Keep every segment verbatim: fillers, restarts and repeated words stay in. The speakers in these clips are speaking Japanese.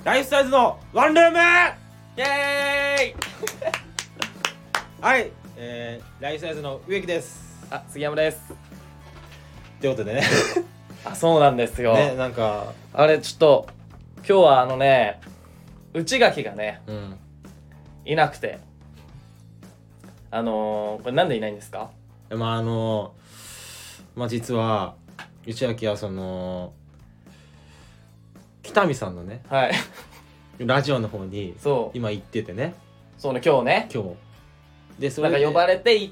ライフサイズのワンルームイエーイはい、えー、ライフサイズの植木です。 あ、杉山です。 ということでねあ、そうなんですよ、 ね、なんかあれちょっと今日はあのね、内垣がね、 うん、 いなくて、あのー、これなんでいないんですか？ まああのまあ実は内垣はその北見さんのねはいラジオの方にそう今行っててね、 そうね、今日ね、 今日でそなんかれで呼ばれて行って、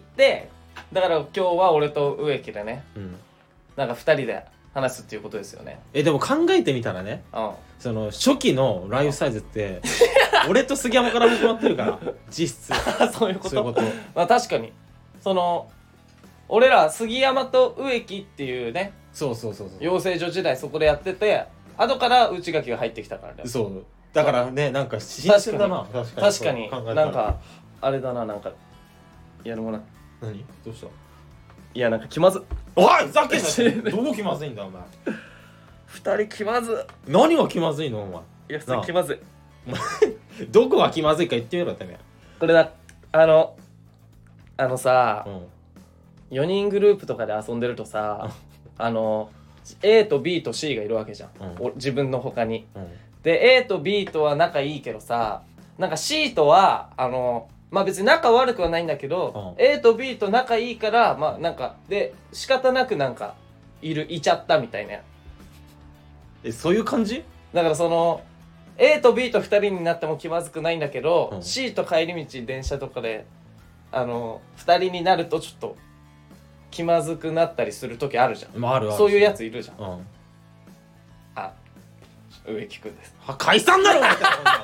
だから今日は俺と植木でね、 うん、 なんかふたりで話すっていうことですよね。 えでも考えてみたらね、 うんその初期のライフサイズって俺と杉山から始まってるから実質そういうことそういうことまあ確かにその俺ら杉山と植木っていうね、 そうそうそうそう養成所時代そこでやってて、後から内垣が入ってきたからね。 そうだからね、なんか新鮮だな。確かに確かに考えたらなんかあれだな、なんかいやでもな、 何どうしたいやなんか気まずおいふざけんなどこ気まずいんだお前二人気まず何が気まずいのお前いやそれ気まずいどこが気まずいか言ってみろってね。 これだ、あのあのさ、 うん、 よにんグループとかで遊んでるとさあの A と B と C がいるわけじゃん、 うん、 お自分の他に。 うん、 で A と B とは仲いいけどさ、なんか C とはあのまあ別に仲悪くはないんだけど、 うん、 A と B と仲いいからまあなんかで仕方なくなんかいるいちゃったみたいな。 えそういう感じだからその A と B とふたりになっても気まずくないんだけど、 うん、 C と帰り道電車とかであのふたりになるとちょっと気まずくなったりする時あるじゃん、 まあ、あるあるそういうやついるじゃん、 うん、 あ、植木くんです。 は解散だろお前ふ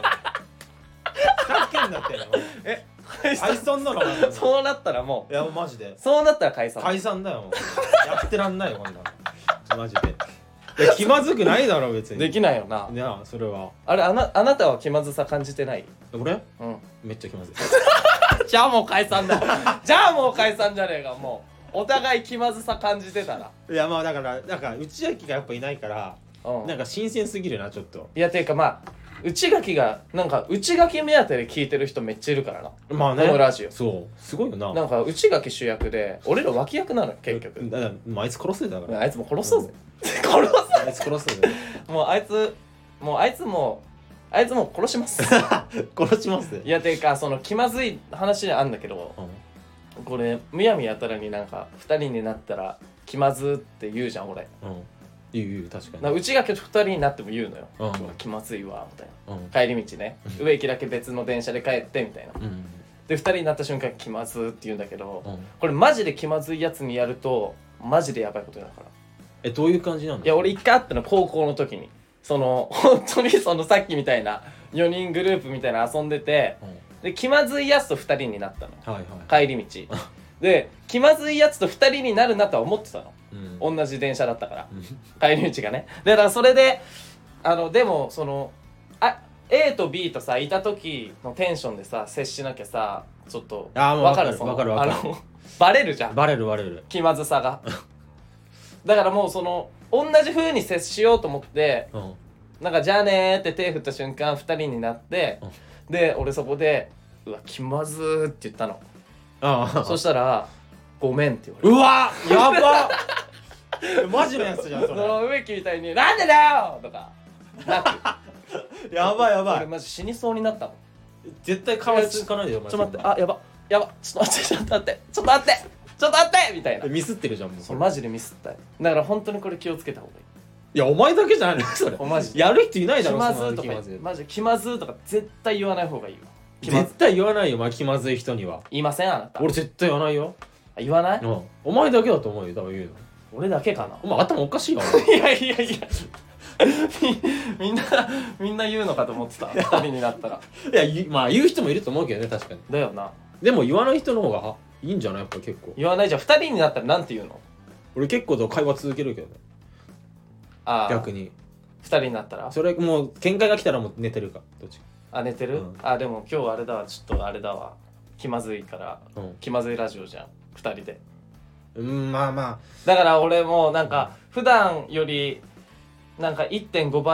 ざけんなってえ解散だろお前そうなったらもいやマジでうそうなったら解散解散だよやってらんないよこんなのマジで。いや気まずくないだろ別にできないよな。 いやそれはあれ、あなあなたは気まずさ感じてない？ 俺うんめっちゃ気まずいじゃあもう解散だじゃあもう解散じゃねえか。もうお互い気まずさ感じてたら、 いやまあだからなんか内垣がやっぱいないからうん、 なんか新鮮すぎるなちょっと。 いやていうかまあ内垣がなんか内垣目当てで聞いてる人めっちゃいるからな、 まあねこのラジオ。 そうすごいよな。 なんか内垣主役で俺ら脇役なのよ結局。 だからもうあいつ殺せだからあいつも殺そうぜ、 うん、 殺あいつ殺せだよすもうあいつもうあいつもあいつもう殺します殺します。 いやていうかその気まずい話あんだけど、 うん、 これむやみやたらになんかふたりになったら気まずって言うじゃん俺。 うん言う言う確かに。 なんか内垣とふたりになっても言うのよ、 うん、 うわ気まずいわみたいな、 うん、 帰り道ね植木だけ別の電車で帰ってみたいな、 うん、 でふたりになった瞬間気まずって言うんだけど、 うん、 これマジで気まずいやつにやるとマジでやばいことになるから。 えどういう感じなの？ いや俺一回あったの高校の時に、その本当にそのさっきみたいなよにんグループみたいな遊んでて、 うん、 で気まずいやつとふたりになったの、 はいはい、 帰り道で気まずいやつとふたりになるなとは思ってたの、 うん、 同じ電車だったから、 うん、 帰り道がね。だからそれであのでもそのあ A と B とさいた時のテンションでさ接しなきゃさちょっとあーもう分かる、 分そのかる分かる分かるあのバレるじゃん、 バレるバレる。 気まずさがだからもうその同じ風に接しようと思って、 うん、 なんかじゃあねーって手振った瞬間ふたりになって、うん、で俺そこでうわ気まずーって言ったの。あそしたらごめんって言われる。うわやばマジのやつじゃんそれ。 その植木みたいになんでだよとかなくやばいやばい。 俺マジ死にそうになったもん。 絶対顔つかないでよ。 ちょっと待って、あやばやばちょっと待ってちょっと待ってちょっと待ってちょっと待ってみたいな。 ミスってるじゃんもう。 そうマジでミスったよ。だから本当にこれ気をつけた方がいい。 いやお前だけじゃないのそれ。 マジやる人いないだろ。 気まずーとか気まずいマジ気まずーとか絶対言わない方がいいわ。 絶対言わないよお前気まずい人には。 言いませんあなた。 俺絶対言わないよ。 言わない、 うん、お前だけだと思うよ多分言うの。 俺だけかな。 お前頭おかしいわいやいやいやみんなみんな言うのかと思ってたふたりになったら。 いやまあ言う人もいると思うけどね確かに。 だよな。 でも言わない人の方がいいんじゃないやっぱ結構。 言わないじゃん。ふたりになったらなんて言うの？ 俺結構会話続けるけどね。 あ逆にふたりになったらそれもう喧嘩が来たらもう寝てるかどっちか。 あ寝てる、うん、あでも今日あれだわちょっとあれだわ気まずいから、うん、気まずいラジオじゃんふたりで。 うんまあまあだから俺もなんか普段よりなんか いってんご 倍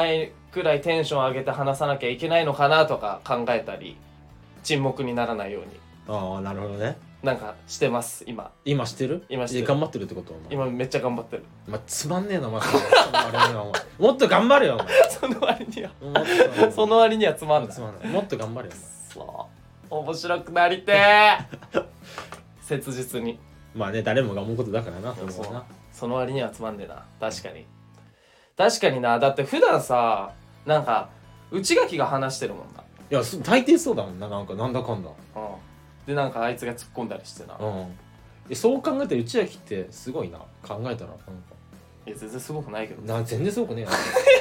くらいテンション上げて話さなきゃいけないのかなとか考えたり、沈黙にならないようにああなるほどね。 なんかしてます今。 今してる今してるえ頑張ってるってこと？お前今めっちゃ頑張ってる。 まあ、つまんねえなまあもっと頑張れよお前その割にはもっとその割にはつまんない。 つまんないもっと頑張れよそう面白くなりてー切実に。 まあね誰もが思うことだからな。それそうはなその割にはつまんねえな。確かに確かにな。だって普段さなんか内垣が話してるもんな。 いや大抵そうだもんな。なんかなんだかんだうんでなんかあいつが突っ込んだりしてな。 うんえそう考えたら内垣ってすごいな。考えたらなんかいや全然すごくないけどな全然すごくねえな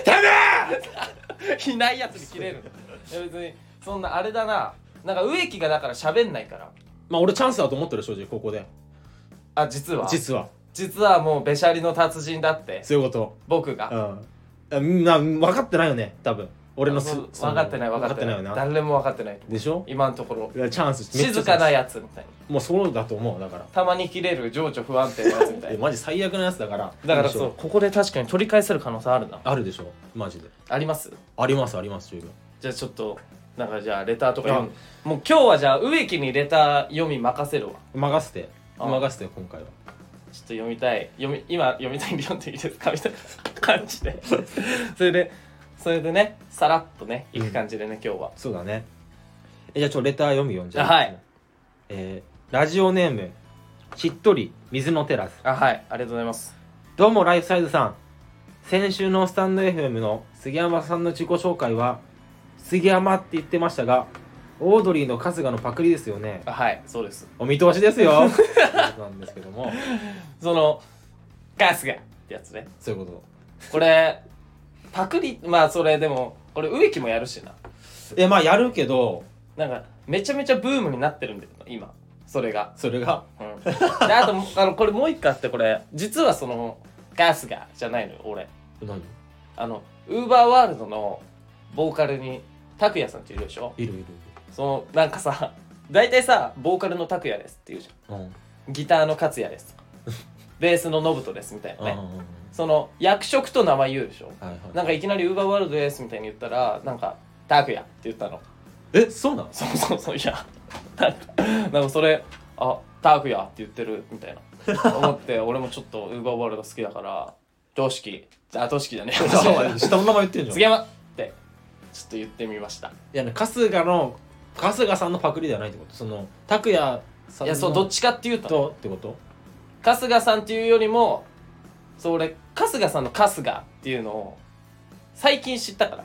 いないやつに切れるいや別にそんなあれだな。なんか植木がだから喋んないから。 まあ俺チャンスだと思ってる正直ここで。 あ実は実は実はもうべしゃりの達人だってそういうこと僕が。 うんみんな分かってないよね多分俺のす分かってない分かってないよな。 誰も分かってないでしょ。 今のところ。 いやチャンス静かなやつみたいな。 もうそうだと思う。だからたまに切れる情緒不安定なやつみたいな。 えマジ最悪なやつだから。 だからでしょそうここで確かに取り返せる可能性あるな。 あるでしょマジで。 あります。 ありますあります十分。 じゃあちょっとなんかじゃあレターとか読む。もう今日はじゃあ植木にレター読み任せるわ。 任せてあ任せて今回は。 ちょっと読みたい読み今読みたいんで読んでいいですかみたいな感じでそれでそれでねさらっとねいく感じでね、うん、今日はそうだね。えじゃあちょレター読むよじゃあ。 はいえー、ラジオネームしっとり水のテラス。 あはいありがとうございます。 どうもライフサイズさん。先週のスタンド エフエム の杉山さんの自己紹介は杉山って言ってましたがオードリーの春日のパクリですよね。 あはいそうです。 お見通しですよなんですけどもその春日ってやつね。 そういうここれパクリまあそれでもこれ植木もやるしな。 と。えまあやるけどなんかめちゃめちゃブームになってるんだよ今それが。 それがうんであとあのこれもう一個あってこれ実はその春日じゃないのよ俺。 何あのウーバーワールドのボーカルに拓也さんっているでしょ。 いるいるいる。 そのなんかさ大体さボーカルの拓也ですって言うじゃん、 うん、 ギターの勝也ですとかベースの信人ですみたいなね、 うんうんうん、 その役職と名前言うでしょ、 はいはい、 なんかいきなりウーバーワールドですみたいに言ったらなんか拓也って言ったの。 えそうなの。 そうそうそういやなんかなんかそれあ拓也って言ってるみたいな思って俺もちょっとウーバーワールド好きだからトシキあトシキじゃねえ下の名前言ってんじゃん。 杉山ってちょっと言ってみました。 いやね春日の春日さんのパクリではないってこと。その拓也さんのいやそうどっちかっていうととってこと。 春日さんっていうよりもそう俺春日さんの春日っていうのを最近知ったから。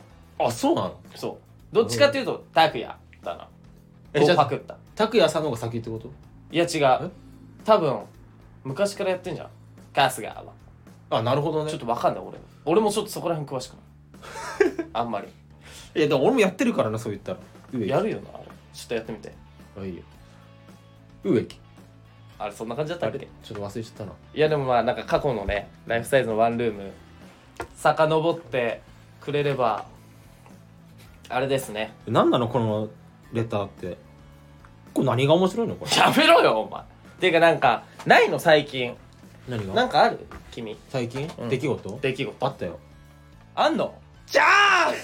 あそうなの。 そうどっちかっていうと拓也だな。 えじゃあパクった拓也さんの方が先ってこと。 いや違う多分昔からやってんじゃん春日は。 あなるほどね。 ちょっとわかんない俺俺もちょっとそこら辺詳しくないあんまり。 いやでも俺もやってるからなそう言ったら。 やるよなあれちょっとやってみて。 あいいよ植木。 あれそんな感じだったっけ。 ちょっと忘れちゃったな。 いやでもまあなんか過去のねライフサイズのワンルーム遡ってくれればあれですね。 何なのこのレターって。これ何が面白いのこれ。 やめろよお前。ていうかなんかないの最近。 何がなんかある君最近、 うん、 出来事出来事あったよ。 あんの。 じゃあ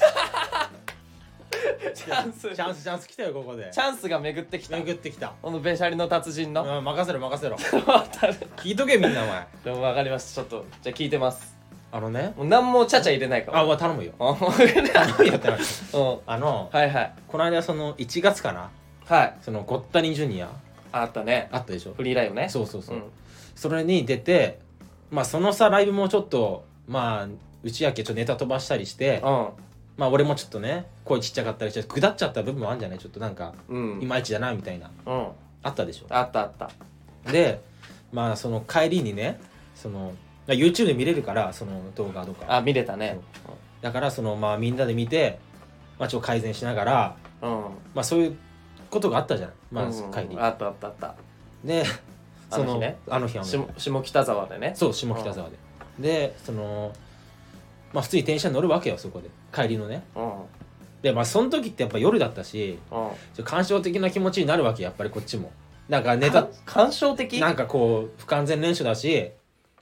チャンスチャンスチャンス来たよここで。 チャンスが巡ってきた。 巡ってきた。 このべしゃりの達人の、 うん、任せろ任せろ聞いとけみんなお前。 でも分かりましたちょっとじゃあ聞いてます。 あのねもう何もちゃちゃ入れないからあ、まあ、頼むようん頼むよってなるうんあのはいはいこの間そのいちがつかなはいそのゴッタニジュニアあったねあったでしょ。 フリーライブね。 そうそうそう、 うんそれに出てまあそのさライブもちょっとまあ内明けちょっとネタ飛ばしたりしてうんまあ俺もちょっとね声ちっちゃかったりして下っちゃった部分もあるんじゃない。ちょっとなんかうんいまいちだなみたいなうんあったでしょ。 あったあったでまあその帰りにねその YouTube で見れるからその動画とかあ見れたね。 だからそのまあみんなで見てまあちょっと改善しながらうんまあそういうことがあったじゃんまあうん帰りあったあったあったでそあの日ねあの日あの日下下北沢でね。 そう下北沢ででそのまあ普通に電車に乗るわけよそこで帰りのね。 うんでまあその時ってやっぱ夜だったしうんちょっと感傷的な気持ちになるわけやっぱりこっちもなんかネタ感傷的なんかこう不完全練習だし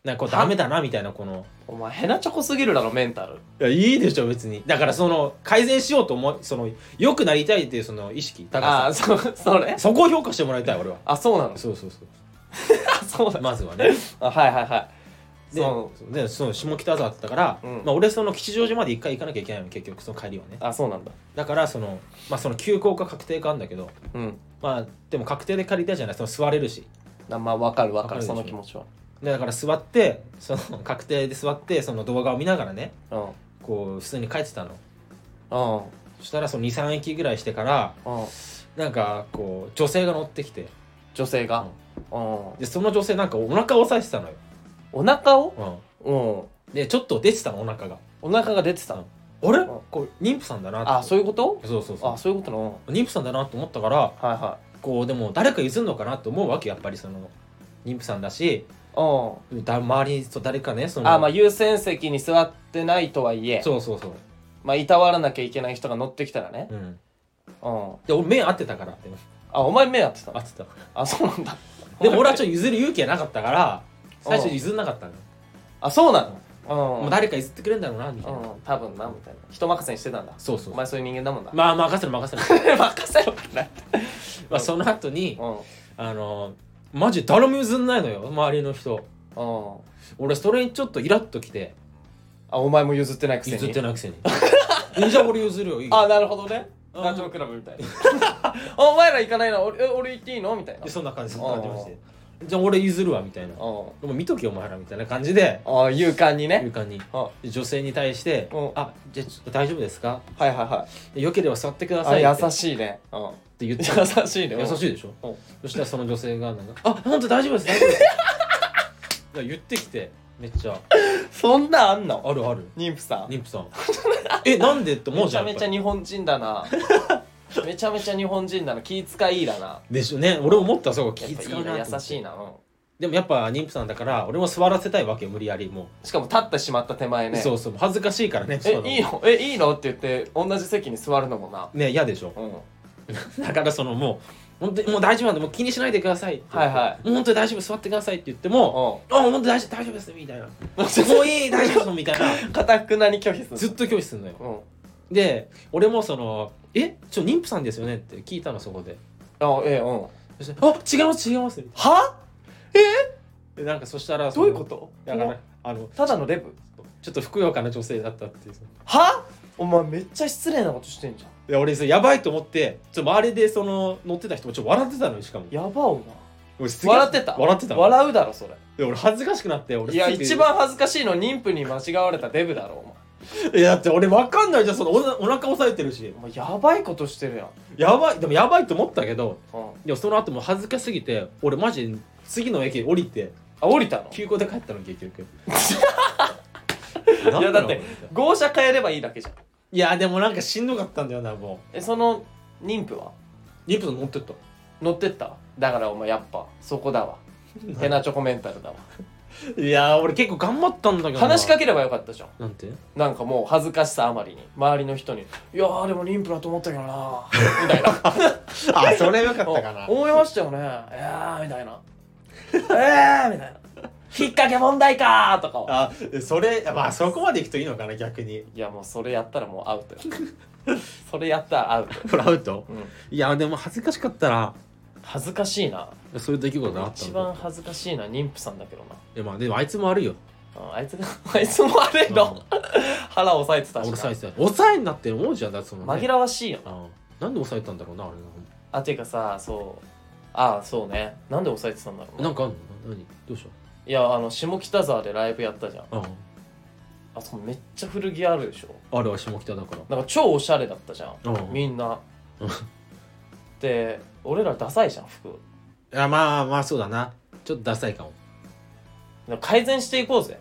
なんかこうダメだなみたいなこのお前ヘナチョコすぎるだろメンタル。 いやいいでしょ別に。だからその改善しようと思うその良くなりたいっていうその意識高さああそそれそこを評価してもらいたい俺は。 あそうなの。 そうそうそうあそうなの。 まずはね。 あはいはいはいでそうでその下北沢だったから、 うんまあ、俺その吉祥寺まで一回行かなきゃいけないの結局その帰りはね。 あそうなんだ。 だからそのまあその休校か確定かあるんだけど、 うんまあでも確定で借りたいじゃない。その座れるし。 あまあ分かる分かるわかるでしょその気持ちは。 でだから座ってその確定で座ってその動画を見ながらねうんこう普通に帰ってたの。 うんそしたらそのにさん駅ぐらいしてからうんなんかこう女性が乗ってきて、 女性がうんでその女性なんかお腹を押さえてたのよ。 お腹をうんうんでちょっと出てたのお腹が。 お腹が出てたうんあれんこれ妊婦さんだなって。 あそういうことそうそうそうあそういうことなの。 妊婦さんだなと思ったからはいはこうでも誰か譲るのかなと思うわけやっぱりその妊婦さんだしいうんだ周りにそう誰かねそのあまあ優先席に座ってないとはいえそうそうそうまあいたわらなきゃいけない人が乗ってきたらねうんうんで俺目合ってたからでもあお前目合ってたの合ってたあそうなんだでも俺はちょっと譲る勇気がなかったから最初譲んなかったのよ。 あそうなのうんもう誰か譲ってくれるんだろうなみたいな。 うん多分なみたいな人任せにしてたんだ。 そうそうお前そういう人間だもんな。 まあ任せる任せる任せろってなまあその後にうんあのマジ誰も譲んないのよ周りの人。 うん俺それにちょっとイラッときてあお前も譲ってないくせに譲ってないくせにえじゃあ俺譲るよいいよあなるほどねうんダチョウ倶楽部みたいなお前ら行かないの俺え俺行っていいのみたいなでそんな感じそんな感じましてじゃあ俺譲るわみたいなうんお前見とけお前らみたいな感じであ勇敢にね勇敢にあで女性に対してうんあじゃあちょっと大丈夫ですかはいはいはいでよければ座ってくださいってあ優しいねうんって言った優しいね優しいでしょうんそしたらその女性がなんかあ本当大丈夫です大丈夫ですいや言ってきてめっちゃそんなんあんのあるある妊婦さん妊婦さんえなんでって思うめちゃじゃんやっぱりめちゃ日本人だなめちゃめちゃ日本人だな気遣いいいだなでしょね俺思ったそこ気やっぱいい使うなと思ってな優しいなうんでもやっぱ妊婦さんだから俺も座らせたいわけよ無理やりもしかも立ってしまった手前う、 ねそうそう恥ずかしいからねえそのいいのえいいのって言って同じ席に座るのもなね嫌でしょうんだからそのもう本当にもう大丈夫なんでもう気にしないでくださいって言ってはいはいもう本当に大丈夫座ってくださいって言ってもあ本当に大丈夫大丈夫ですみたいなもういい大丈夫ですみたいなかたくなに拒否するずっと拒否するのようんで俺もそのえちょ妊婦さんですよねって聞いたのそこであええうんそしてあ違います違いますみたいはなでなんかそしたらどういうことだからあのただのデブちょっとふくよかな女性だったっていうはお前めっちゃ失礼なことしてんじゃんで俺それやばいと思ってちょっと周りでその乗ってた人もちょっと笑ってたのよしかもやばお俺すげえ笑ってた笑ってたの笑うだろそれで俺恥ずかしくなって俺いやすぐ一番恥ずかしいの妊婦に間違われたデブだろお前いやだって俺分かんないじゃんそのおなお腹押さえてるしお前やばいことしてるやんやばいでもやばいと思ったけどうんでもその後もう恥ずかしすぎて俺マジ次の駅降りてあ降りたの急行で帰ったの結局いやだって号車変えればいいだけじゃんいやでもなんかしんどかったんだよなもえその妊婦はう妊婦さん乗ってった乗ってっただからお前やっぱそこだわヘナチョコメンタルだわいやー俺結構頑張ったんだけどな話しかければよかったじゃんなんてなんかもう恥ずかしさあまりに周りの人に「いやーでも妊婦だと思ったけどな」みたいなあそれよかったかな思いましたよねいやーみたいな「えー」みたいな「引っ掛け問題かー」とかをあそれまあそこまでいくといいのかな逆にいやもうそれやったらもうアウトよそれやったらアウト、 フラウトうん、 いやでも恥ずかしかったな恥ずかしいなそういう出来事があったんだ一番恥ずかしいのは妊婦さんだけどないやまあでもあいつも悪いよああいつがあいつも悪いの腹押さえてたしな俺さえてた抑えんなって思うじゃんだってその、ね、 紛らわしいよなあなんで抑えたんだろうなあれあていうかさそうああそうねなんで抑えてたんだろうなんかあんの何どうしいやあの下北沢でライブやったじゃんたああそこめっちゃ古着あるでしょあれは下北だからなんか超おしゃれだったじゃんうんみんなうんで俺らダサいじゃん服いやまあまあそうだなちょっとダサいかもなんか改善していこうぜ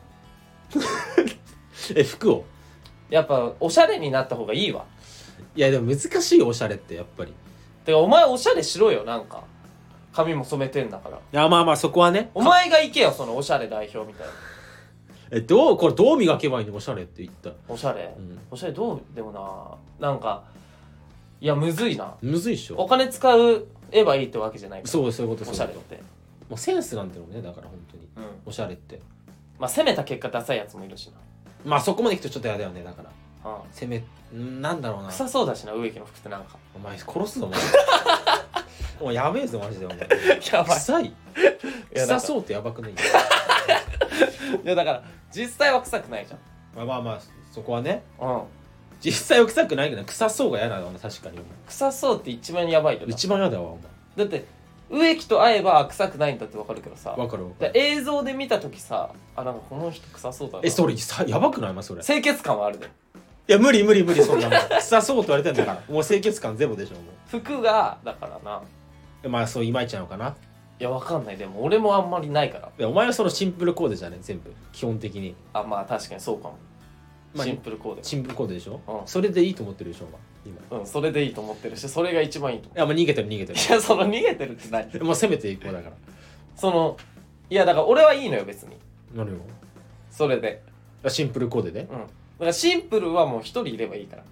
え服をやっぱおしゃれになった方がいいわいやでも難しいよおしゃれってやっぱりてかお前おしゃれしろよなんか髪も染めてんだからいやまあまあそこはねお前が行けよそのおしゃれ代表みたいなえどうこれどう磨けばいいのおしゃれって言ったおしゃれ、 うんおしゃれどうでもななんかいやむずいなむずいっしょお金使えばいいってわけじゃないからそうそういうことそういうことおしゃれってもうセンスなんだろうねだから本当にうんおしゃれってまあ攻めた結果ダサいやつもいるしまあそこまでいくとちょっと嫌だよね。だからな。うん。 攻めんなんだろうな。 臭そうだしな植木の服ってなんか。 お前殺すぞお前お前やべえぞマジでお前やばい。 臭いいや臭そうってやばくない？ いやだから実際は臭くないじゃん。 まあまあまあそこはね。 うん。 実際は臭くないけど臭そうが嫌なのな。確かに臭そうって一番やばいよな。 一番嫌だわおだって植木と会えば臭くないんだってわかるけどさ。 前。わかるわかだる。 映像で見た時さ、あなんかこの人臭そうだな。 えそれさやばくない？まそれ。い清潔感はあるで。 や無理無理無理そんなもん臭そうと言われてんだからもう清潔感ゼロでしょも服がだからな。 う。まあそういまいちなのかな。 いやわかんない。でも俺もあんまりないから。 いやお前はそのシンプルコーデじゃね全部基本的に。 あまあ確かにそうかも。 まあシンプルコーデ。 シンプルコーデでしょ、 うんそれでいいと思ってるでしょお前今。 うんそれでいいと思ってるし、それが一番いいと思いやもう逃げてる逃げてるう。いやその逃げてるって何？ もう攻めていこうだから。 そのいやだから俺はいいのよ別に。 何を？ それで。 シンプルコーデで。 うん。だからシンプルはもう一人いればいいから。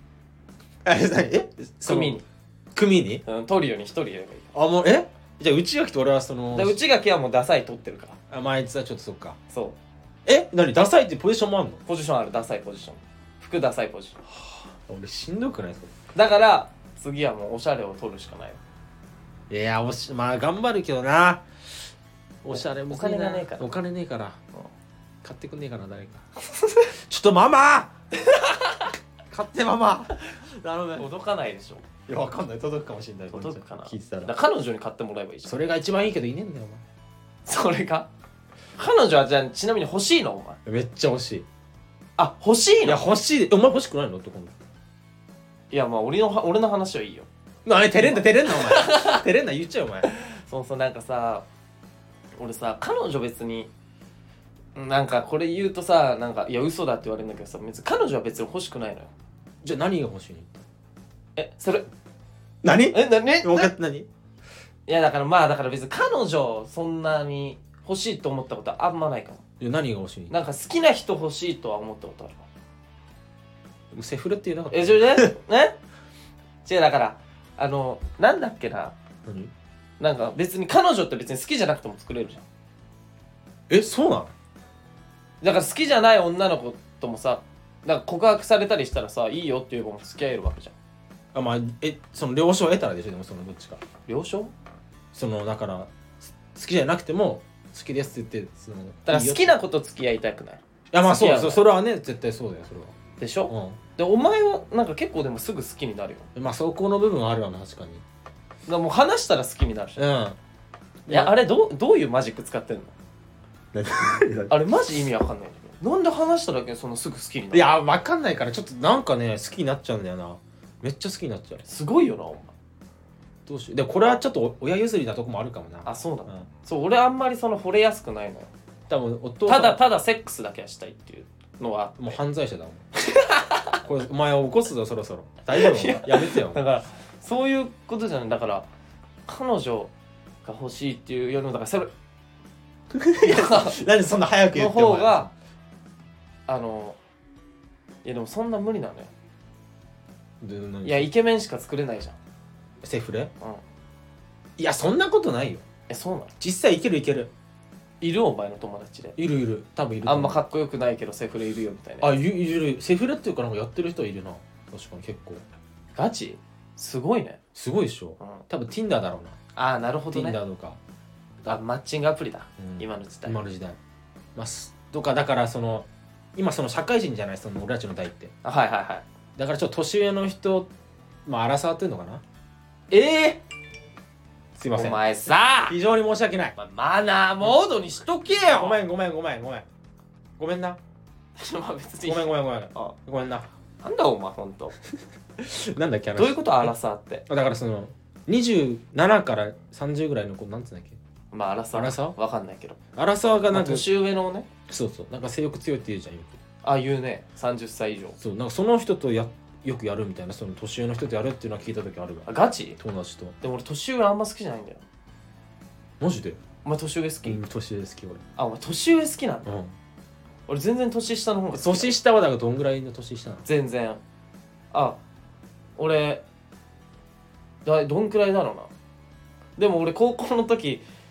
え何え組に。 組にうんトリオに一人いればいいかあもうえじゃあ内垣と俺はそのら。で内垣はもうダサい取ってるから。 あまああいつはちょっとそっか。 そう。 え何ダサいってポジションもあんの？ ポジションある。ダサいポジション。服ダサいポジション。 俺しんどくないそだから次はもうおしゃれを取るしかないよ。 れ。いやおしまあ頑張るけどな。おしゃれもお金がねえからお金ねえからうん買ってくんねえかな誰かちょっとママ買ってママ頼む。 届かないでしょ。 いやわかんない届くかもしんない。 届くかな。 聞いてたらだから彼女に買ってもらえばいいじゃん。 それが一番いいけどいねえんだよそれが彼女はじゃあちなみに欲しいのお前。 お前。めっちゃ欲しい。 あ欲しいの。 いや欲しい。お前欲しくないの男のいやまあ俺の俺の話はいいよ。 なに照れんな照れんなお前照れんな言っちゃうお前。 そうそうなんかさ俺さ彼女別になんかこれ言うとさなんかいや嘘だって言われるんだけどさ別に彼女は別に欲しくないのよ。 じゃあ何が欲しいの？ えそれ何？ えなね分かって何？ いやだからまあだから別に彼女そんなに欲しいと思ったことはあんまないかも。 いや何が欲しい？ なんか好きな人欲しいとは思ったことあるわ。 セフレって言うなかった？ え、それでね違う、だから、あの、なんだっけな。 何？ なんか別に彼女って別に好きじゃなくても作れるじゃん。 え、そうなの？ だから好きじゃない女の子ともさ、なんか告白されたりしたらさ、いいよって言えばもう付き合えるわけじゃん。 あ、まあ、え、その了承を得たらでしょ、でもそのどっちか。 了承？ その、だから、好きじゃなくても、好きですって言って、その、 だから好きな子と付き合いたくない。 いや、まあそう付き合うそう、それはね、絶対そうだよ、それは。 でしょ？ うで、お前はなんか結構でもすぐ好きになるよ。 ん。まあ、そこの部分はあるわな、確かに。 だからもう話したら好きになるじゃん。 うん。 いや、あれどう、どういうマジック使ってんの？ 何あれマジ意味わかんないんだけど。なんで話しただけでそのすぐ好きになる？ いや、わかんないから、ちょっとなんかね、好きになっちゃうんだよな。めっちゃ好きになっちゃう。 すごいよな、お前。 どうしよう。で、これはちょっと親譲りなとこもあるかもな。 あ、そうなの、 うん。 そう、俺あんまりその惚れやすくないのよ。 多分、お父さんただただセックスだけはしたいっていうのはあって。 もう犯罪者だもん。これお前を起こすぞそろそろ。大丈夫？お前やめてよ。 だからそういうことじゃない。だから彼女が欲しいっていうよりもだからそれなんでそんな早く言のって方があのいやでもそんな無理なのよ。 で何いやイケメンしか作れないじゃん。 セフレ？ うん。 いやそんなことないよ。 え、そうなの？ 実際いけるいける。 いるお前の友達で。 いるいる。多分いると思う。 あんまかっこよくないけどセフレいるよみたいな。 あ、いるいる。セフレっていうかなんかやってる人はいるな。確かに結構。 ガチ？すごいね。 すごいでしょ。 うん。 多分 Tinder だろうな。 ああ、なるほどね。 Tinder とか。 あ、マッチングアプリだ、 うん今の時代。 今の時代。まあ、すとかだからその今その社会人じゃないその俺たちの代って。 あ、はいはいはい。 だからちょっと年上の人、まあ荒さっていうのかな。 ええー、 すいません。 お前さ非常に申し訳ない。 まマナーモードにしとけよ。 ごめんごめんごめんごめんごめんな。 まあ別にごめんごめんごめんあ、 ごめんな。 なんだお前ほんと。 なんだっけ話。 どういうことアラサーって。 だからそのにじゅうななからさんじゅうぐらいの子なんつうんだっけ。 まあアラサーアラサーわかんないけど、 アラサーがなんか、 まあ年上のね。 そうそうなんか性欲強いって言うじゃんよく。 あ、言うね。さんじゅっさい以上。 そうなんかその人とやよくやるみたいな、その年上の人とやるっていうのは聞いた時あるわ。 あ、ガチ？ 友達と。 でも俺年上あんま好きじゃないんだよ。 マジで？ お前年上好き？ うん、年上好きあ、お前年上好きなんだ。 俺。うん。 俺全然年下の方が好き。 年下はだからどんぐらいの年下なの？ 全然。あ、俺だどんくらいだろうな。でも俺高校の時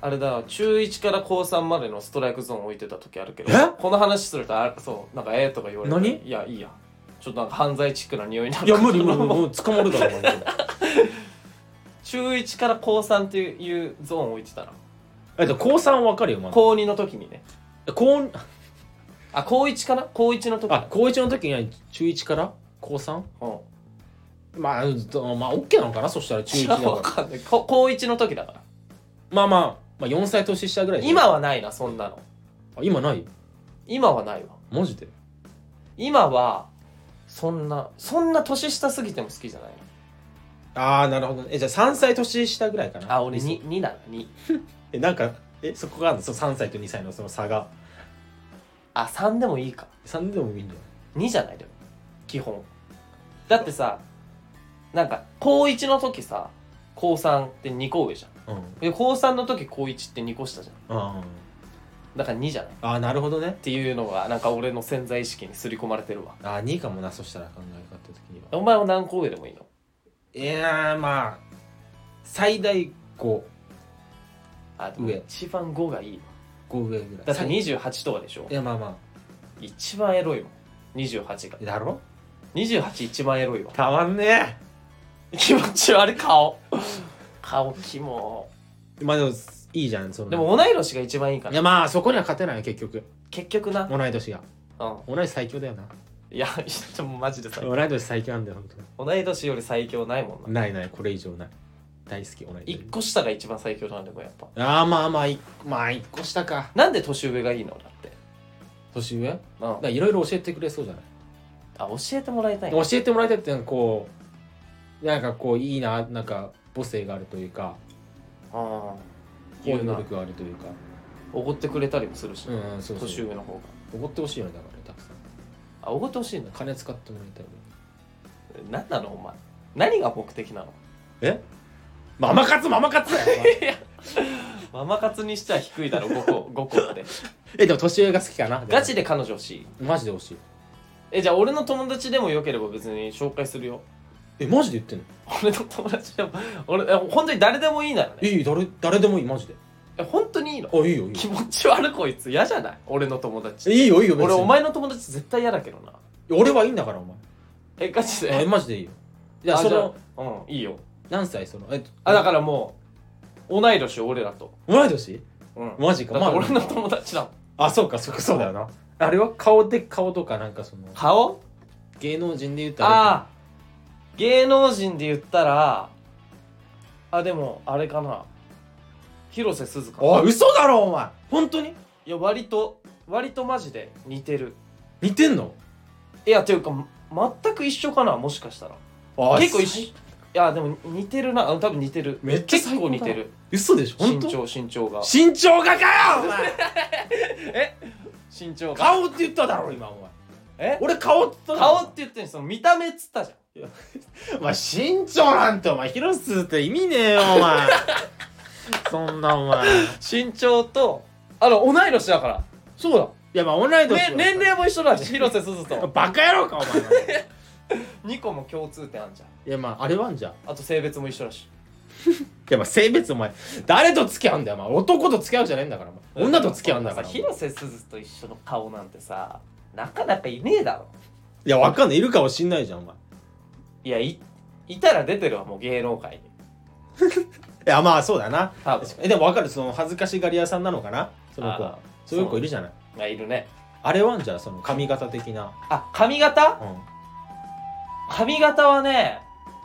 あれだ中いちからこうさんまでのストライクゾーン置いてた時あるけど、 えこの話するとあそうなんかええとか言われて、 何いやいいやちょっとなんか犯罪チックな匂いになるいや無理無理もう捕まるだろお前中いちからこうさんっていうゾーン置いてたな。 えっと高さんわかるよまだこうにの時にね。 高あこういちかなこういちの時あ高いちの時には中いちから高 さん? うんまあどまあ OK なのかなそしたら中いちだわかかんないこ高いちの時だかららまあまあまあよんさい年下ぐらいで今はないなそんなの。 あ今ない今はないわ。 マジで今はそんなそんな年下すぎても好きじゃないの。 ああなるほどね。えじゃあさんさい年下ぐらいかな。 あ俺 に, にだなにえなんかえそこがあるのそのさんさいとにさいのその差があさんでもいいか。 さんでもいいんだよ。 にじゃないでも基本だってさなんか高いちの時さ高さんってにこ上じゃん。 うんで高さんの時高いちってにこ下じゃん。 あだからにじゃないっああなるほどね。 ていうのがなんか俺の潜在意識に刷り込まれてるわ。 ああにかもなそしたら考え方的には。 お前は何個上でもいいの。 いやまあ最大ごあでも上一番ごがいいわ。 ご上ぐらいだってにじゅうはちとかでしょ。 いやまあま一番エロいもんにじゅうはちが。 あだろにじゅうはち一番エロいわ。 たまんね気持ち悪い顔顔キモ。 え。まあでもいいじゃんそのでも同い年が一番いいからいやまあそこには勝てないよ結局結局な。 同い年がうん同い年最強だよないやちょマジで最強。 同い年最強なんだよ本同い年より最強ないもんな。 当にないないこれ以上ない大好き同い年一個下が一番最強なんだよやっぱ。 ああまあまあいまあ一個下かなんで年上がいいのだって。 年上うんいろいろ教えてくれそうじゃないあ教えてもらいたい教えてもらいたいってなんかこうなんかこういいななんか母性があるというかあ包容言うな力があるというかおごってくれたりもするし、 うんそうそう年上の方が。 おごってほしいよねだからたくさんあおごってほしいんだ。 金使ってもらいたい何なのお前。何が目的なの。 えママ活ママ活だよママ活にしては低いだろごこごこって。 えでも年上が好きかなガチで彼女欲しい。 マジで欲しいえじゃあ俺の友達でもよければ別に紹介するよ。 えマジで言ってんの俺の友達でも俺え本当に誰でもいいならね。 いい誰誰でもいいマジでえ本当にいいの。 あいいよいいよ気持ち悪いこいつ嫌じゃない。俺の友達えいいよいいよ別に俺お前の友達絶対嫌だけどな。 俺はいいんだからお前えガチでえマジでいいよいやあじゃそのあうんいいよ。 何歳そのえあだからもう同い年俺らと。 同い年うんマジかだってまあ俺の友達だもん。 あそうかそうかそうだよなあれは顔で顔とかなんかその顔芸能人で言ったらああ芸能人で言ったらあでもあれかな広瀬すずかな。 おい嘘だろお前本当にいや割と割とマジで似てる。 似てんのいやていうか全く一緒かなもしかしたら。 あ結構一緒。いやでも似てるな多分似てる。 めっちゃ結構似てる。 嘘でしょ本当身長身長が身長がかよお前え身長が顔って言っただろ今お前え俺顔って言っただろ顔って言ってんのその見た目っつったじゃん。 お前身長なんてお前広瀬って意味ねえよお前そんなお前身長とあの同い年だからそうだ、 いやまあ同い年はね、年齢も一緒だし広瀬すずとバカ野郎かお前にこも共通点あんじゃん。 いやまああれはんじゃんあと性別も一緒だし。 いやまあ性別お前誰と付き合うんだよお前男と付き合うじゃねえんだからお前女と付き合うんだからさ広瀬すずと一緒の顔なんてさなかなかいねえだろ。 いやわかんないいるかもしんないじゃんお前いや い, いたら出てるわもう芸能界にいやまあそうだな多分。 えでもわかるその恥ずかしがり屋さんなのかなその子はあーそういう子いるじゃないあいるね。 あれはんじゃんその髪型的なあ髪型うん髪型はね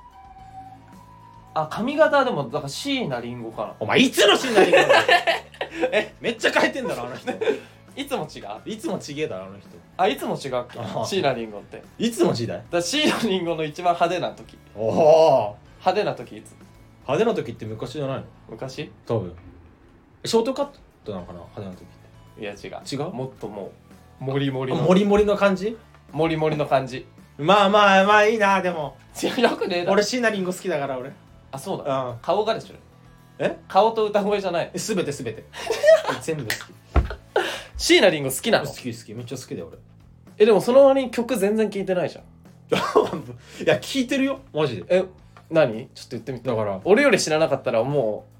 あ髪型はでもだから椎名林檎かな。 お前いつのシーンなりえめっちゃ変えてんだろあの人いつも違う。 いつもちげえだろあの人あいつも違うっけあ椎名林檎ってだかいつの時代ら椎名林檎の一番派手な時おお派手な時いつ派手な時って昔じゃないの昔多分ショートカットなのかな派手な時っいや違うて違うもっともうモリモリのモリモリの感じモリモリの感じ。 まあまあまあいいなでもよくねえだろ。 俺シナリンゴ好きだから俺あそうだうん顔がでしょ。 え顔と歌声じゃない。 すべてすべて全部好き椎名林檎好きなの。 好き好きめっちゃ好きだよ俺えでもその割に曲全然聴いてないじゃん。 いや聞いてるよマジでえ何ちょっと言ってみて。 だから俺より知らなかったらも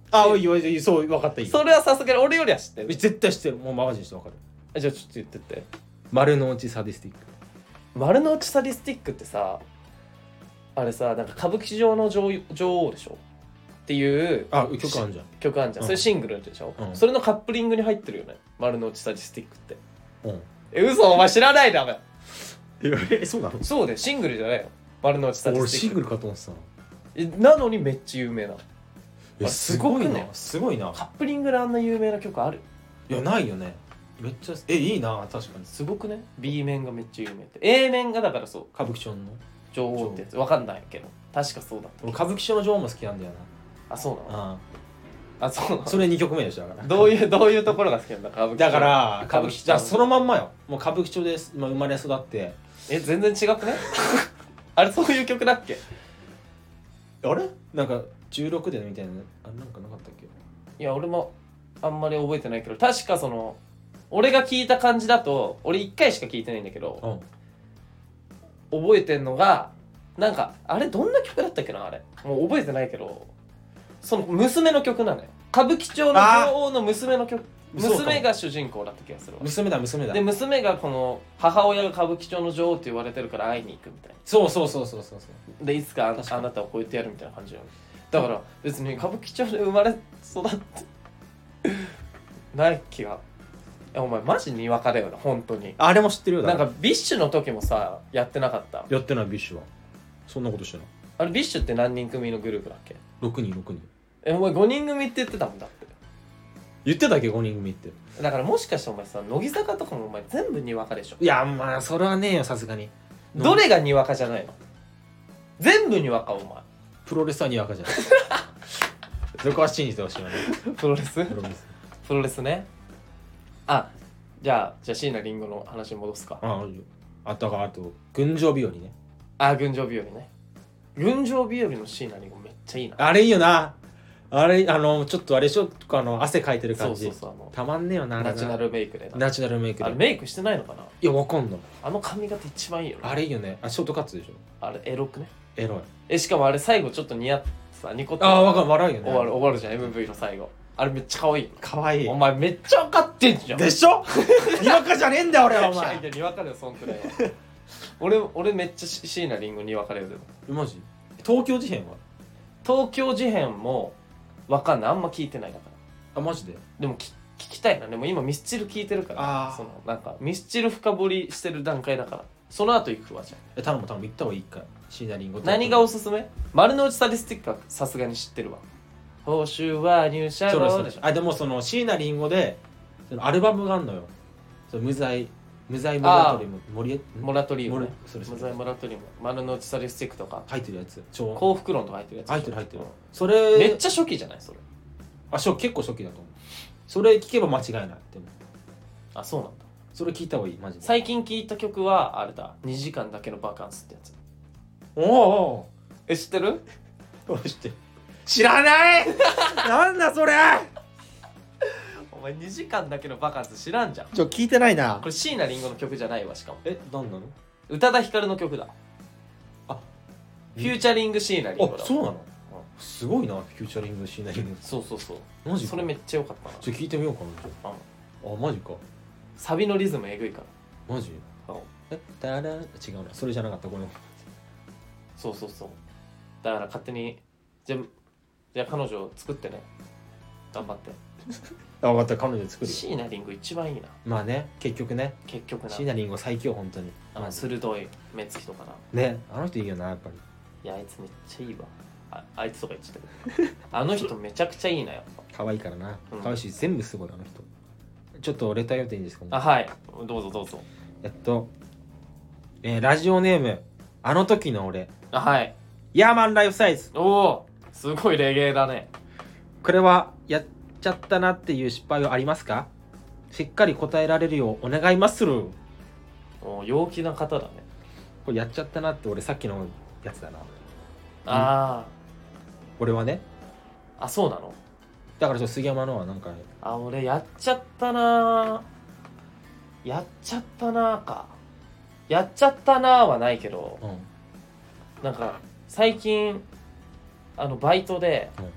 あいいよいいよそう分かったいいよそれはさすがに俺よりは知ってる。 絶対知ってるもうマジでして分かる。 じゃあちょっと言ってって。 丸の内サディスティック。 丸の内サディスティックってさ、あれさなんか歌舞伎町の女女王でしょっていうあ曲あんじゃん曲あんじゃん、うん、それシングルでしょ、うん、それのカップリングに入ってるよね、丸の内サディスティックって。うんえ嘘お前知らないだめ。 えそうなの？ そうでシングルじゃないよ丸の内サディスティック。 俺シングルかと思ってた。 えなのにめっちゃ有名なの。 えすごいなすごいな。 カップリングであんな有名な曲ある？ いやないよね。めっちゃえいいな確かにすごくね。 B 面がめっちゃ有名って A 面がだからそう歌舞伎町の女王ってやつわかんないけど確かそうだった。 俺歌舞伎町の女王も好きなんだよな。あそうなの？ ああそうなの。 それにきょくめでしょだからどういうどういうところが好きなんだ歌舞伎町。 だから歌舞伎町じゃあそのまんまよ。もう歌舞伎町で、まあ、生まれ育って。 え全然違くねあれそういう曲だっけ？ あれなんかじゅうろくでみたいなあなんかなかったっけ？ いや俺もあんまり覚えてないけど確かその俺が聞いた感じだと俺いっかいしか聞いてないんだけど、うん、覚えてんのがなんかあれどんな曲だったっけなあれもう覚えてないけどその娘の曲なのよ。歌舞伎町の女王の娘の曲。娘が主人公だった気がするわ。 娘だ娘だ。 で娘がこの母親が歌舞伎町の女王って言われてるから会いに行くみたいな。 そうそうそうそうそうそうでいつか あ, あなたを超えてやるみたいな感じよ。だから別に歌舞伎町で生まれ育ってない気が。お前マジにわかだよな本当に。 あれも知ってるよだなんかビッシュの時もさやってなかった？ やってないビッシュはそんなことしてない。 あれビッシュって何人組のグループだっけ？ ろくにんろくにん。 えお前ごにん組って言ってたもんだって。 言ってたっけごにん組って。 だからもしかしてお前さ乃木坂とかもお前全部にわかでしょ。 いやまあそれはねえよさすがに。 どれがにわかじゃないの？全部にわかお前。 プロレスはにわかじゃないそこは信じてほしいよねプロレスプロレスプロレスね。あじゃあじゃあ椎名林檎の話に戻すか。 ああとあと群青日和ね。 あ群青日和ね。群青日和の椎名林檎めっちゃいいな。 あれいいよな。あれあのちょっとあれしょあの汗かいてる感じ。 そうそうそうあのたまんねえよな。 ナチュラルメイクでな。 ナチュラルメイクで。 あれメイクしてないのかな。 いやわかんない。 あの髪型一番いいよね。 あれいいよね。あショートカットでしょ。 あれエロくね。 エロい。 えしかもあれ最後ちょっと似合ってさニコッと。 あわかる笑うよね。 終わる終わるじゃん エムブイ の最後。あれめっちゃ可愛い。 可愛い。 お前めっちゃ分かってんじゃん。 でしょにわかじゃねえんだよ俺はお前。 いやいやにわかだよそんくらいは俺俺めっちゃ椎名林檎にわかれるでも。 マジ東京事変は東京事変もわかんないあんま聞いてないだからあマジででも聞きたいな。でも今ミスチル聞いてるからそのなんかミスチル深掘りしてる段階だからその後行くわじゃん。 え頼む頼む行った方がいいか椎名林檎。 何がおすすめ？丸の内サディスティックはさすがに知ってるわ。報酬は入社後でしょ。 あでもその椎名林檎でそのアルバムがあんのよ。その無罪無罪モラトリウムモリモラトリウム、ね、 それそれ無罪モラトリウム丸の内サディスティックとか入ってるやつ幸福論とか入ってるやつ入ってる入ってる。それめっちゃ初期じゃないそれ。 あ初結構初期だと思う。それ聞けば間違いない。でもあそうなんだ。 それ聞いた方がいいマジで。 最近聞いた曲はあれだにじかんだけのバカンスってやつ。 おおえ知ってる？ 知ってる。知らないなんだそれお前にじかんだけのバカンス知らんじゃん。 ちょ聞いてないな。 これ椎名林檎の曲じゃないわしかも。 えなんなの？ 宇多田ヒカルの曲だ。 あフューチャリング椎名林檎だ。 あそうなの？すごいなフューチャリング椎名林檎。 そうそうそうマジか。 それめっちゃ良かったな。 ちょ聞いてみようかな。ああマジか。 サビのリズムえぐいから。 マジ？えだら違うなそれじゃなかったこの。 そうそうそうだから勝手にじゃじゃあ彼女を作ってね頑張ってあ分かった彼女作るよ。 椎名林檎一番いいな。 まあね結局ね結局な椎名林檎最強本当に。 あの鋭い目つきとかなねあの人いいよなやっぱり。 いやあいつめっちゃいいわ。 あ, あいつとか言っちゃったけどあの人めちゃくちゃいいなやっぱ可愛いからな、 うん、 可愛いし全部すごいあの人。ちょっとレター予定いいですかね。 あはいどうぞどうぞ。 えっと、えー、ラジオネームあの時の俺。 あはいヤーマンライフサイズ。 おおすごいレゲエだね。 これはやっちゃったなっていう失敗はありますか？しっかり答えられるようお願いまする。 お陽気な方だね。 これやっちゃったなって俺さっきのやつだな。 ああ、 うん、俺はね。 あそうなの。 だからちょっと杉山のはなんかあ俺やっちゃったなやっちゃったなかやっちゃったなはないけど、うん、なんか最近あのバイトで、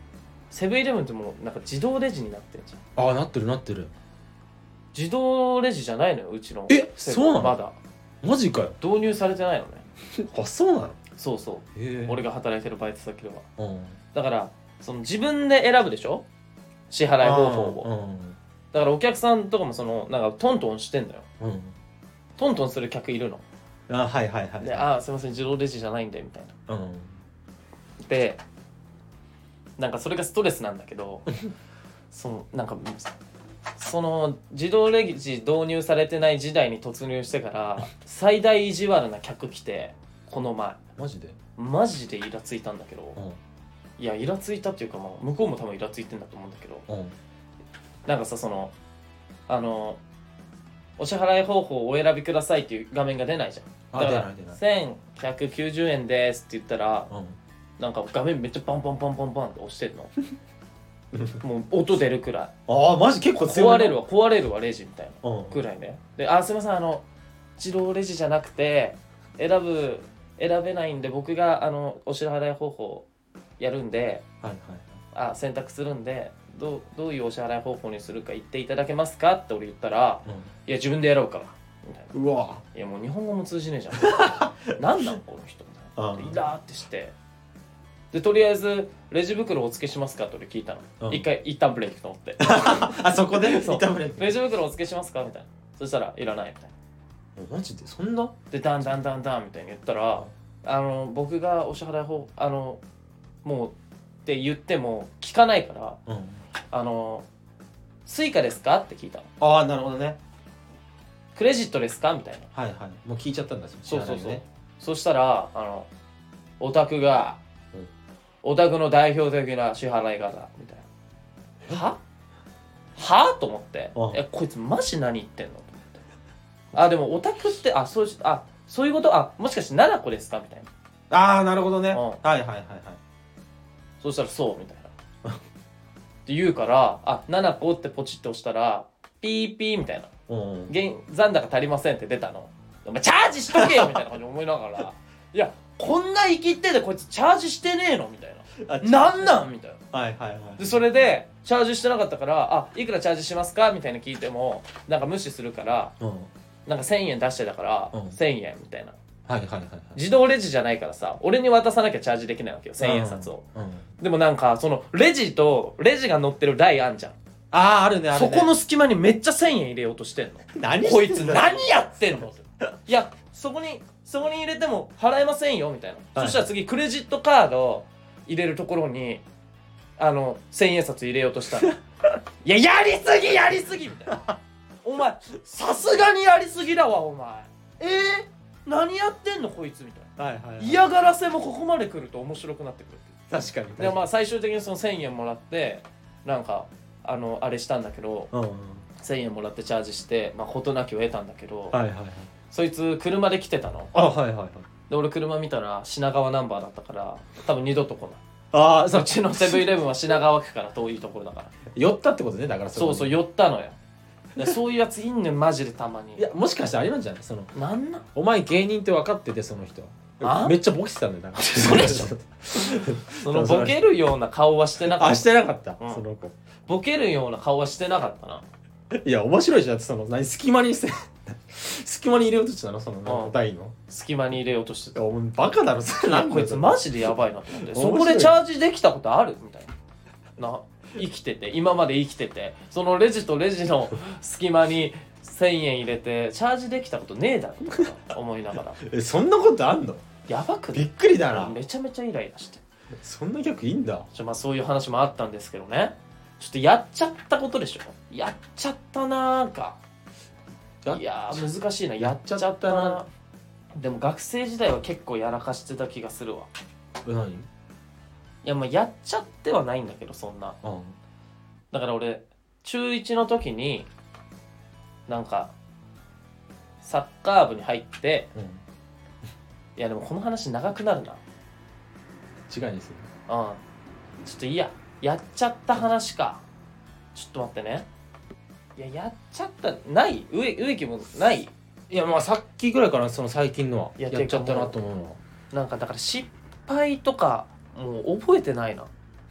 セブンイレブンってもうなんか自動レジになってんじゃん。 ああなってるなってる。 自動レジじゃないのようちのえセブンそうなのまだマジかよ。 導入されてないのね。 あそうなの。 そうそうへえ。 俺が働いてるバイト先では。 うんだからその自分で選ぶでしょ支払い方法を。だからお客さんとかもそのなんかトントンしてんだよ。 うんうんトントンする客いるの。 あはいはいはい。 で、あーすいません自動レジじゃないんでみたいな。 うんでなんかそれがストレスなんだけどそのなんかその自動レジ導入されてない時代に突入してから最大意地悪な客来てこの前マジで。 マジでイラついたんだけど、 うんいやイラついたっていうか、まあ、向こうも多分イラついてんだと思うんだけど、 うんなんかさそのあのお支払い方法をお選びくださいっていう画面が出ないじゃん。だからあ出ない出ないせんひゃくきゅうじゅうえんですって言ったらうんなんか画面めっちゃパンパンパンパンパンって押してんのもう音出るくらいああマジ結構強いな。 壊れるわ壊れるわレジみたいなうんくらいね。であすいませんあの自動レジじゃなくて選ぶ選べないんで僕があのお支払い方法やるんではいはいあ選択するんでどうどういうお支払い方法にするか言っていただけますかって俺言ったらいや自分でやろうからみたいな。 うんうわいやもう日本語も通じねえじゃんなんなんこの人みたいな。 うんイラーってしてでとりあえずレジ袋お付けしますかって俺聞いたの、 うん一回一旦ブレーキと思ってあそこでそう板ブレーキレジ袋お付けしますかみたいな。そしたらいらないみたいな。 マジでそんなでダンダンダンダンみたいに言ったらあの僕がお支払い方あのもうって言っても聞かないからうんあのスイカですかって聞いたの。 ああなるほどね。 クレジットですかみたいな。 はいはいもう聞いちゃったんだ。 そうそうそう、 ね、 そしたらあのオタクが、 うんオタクの代表的な支払い方みたいな。ははと思ってうんえこいつマジ何言ってんのと思ってあでもオタクってあそうしあそういうことあもしかしてななこですかみたいな。 ああなるほどね、 うんはいはいはいはいそしたらそうみたいなって言うからあななこってポチって押したらピーピーみたいなうん現残高足りませんって出たの。お前チャージしとけよみたいな感じで思いながらいやこんな生きってでこいつチャージしてねえのみたいあななんなんみたいな。 はいはいはいでそれでチャージしてなかったからあいくらチャージしますかみたいな聞いてもなんか無視するからうんなんかせんえん出してたから、 うんせんえんみたいな。 はいはいはいはい自動レジじゃないからさ俺に渡さなきゃチャージできないわけよせんえん札を、 うんうんでもなんかそのレジとレジが乗ってる台あんじゃん。 あああるねあるねそこの隙間にめっちゃせんえん入れようとしてんの何こいつ何やってんのいやそこにそこに入れても払えませんよみたいな、 はいそしたら次クレジットカード入れるところにあのせんえん札入れようとしたのいややりすぎやりすぎみたいなお前さすがにやりすぎだわお前えー、何やってんのこいつみたいはいはい、はい、 な嫌がらせもここまで来ると面白くなってくる確かにでまあ最終的にそのせんえんもらってなんかあのあれしたんだけどうんうんせんえんもらってチャージしてまあ事なきを得たんだけど、 はいはいはいそいつ車で来てたのあはいはいはいで俺車見たら品川ナンバーだったから多分二度と来ないああそううちのセブンイレブンは品川区から遠いところだから寄ったってことねだからそうそうよ寄ったのよでそういうやついんねんマジでたまにいやもしかしてあれなんじゃないそのなんなんお前芸人って分かっててその人あめっちゃボケてたんだよなんかそれでしょそのボケるような顔はしてなかっあしてなかった、 うんその子ボケるような顔はしてなかったないや面白いじゃんその何隙間にして隙間に入れようとしてたのそのなんかうん台の隙間に入れようとしてたいやお前バカだろそれなんこいつマジでやばいなと思ってそ面白いこでチャージできたことあるみたいなな生きてて今まで生きててそのレジとレジの隙間にせんえん入れてチャージできたことねえだろとか思いながらえそんなことあんのやばくびっくりだなめちゃめちゃイライラしてそんな客いいんだちょ、まあ、そういう話もあったんですけどねちょっとやっちゃったことでしょやっちゃったなーかやいやー難しいなややっちゃっっちゃったたななでも学生時代は結構やらかしてた気がするわえ何いやまあやっちゃってはないんだけどそんなうんだから俺中いちの時になんかサッカー部に入ってうんいやでもこの話長くなるな違いにするうんちょっといいややっちゃった話かちょっと待ってねいややっちゃったない植植木もないいやまあさっきぐらいからその最近のはいややっちゃったなと思うのはなんかだから失敗とかもう覚えてないな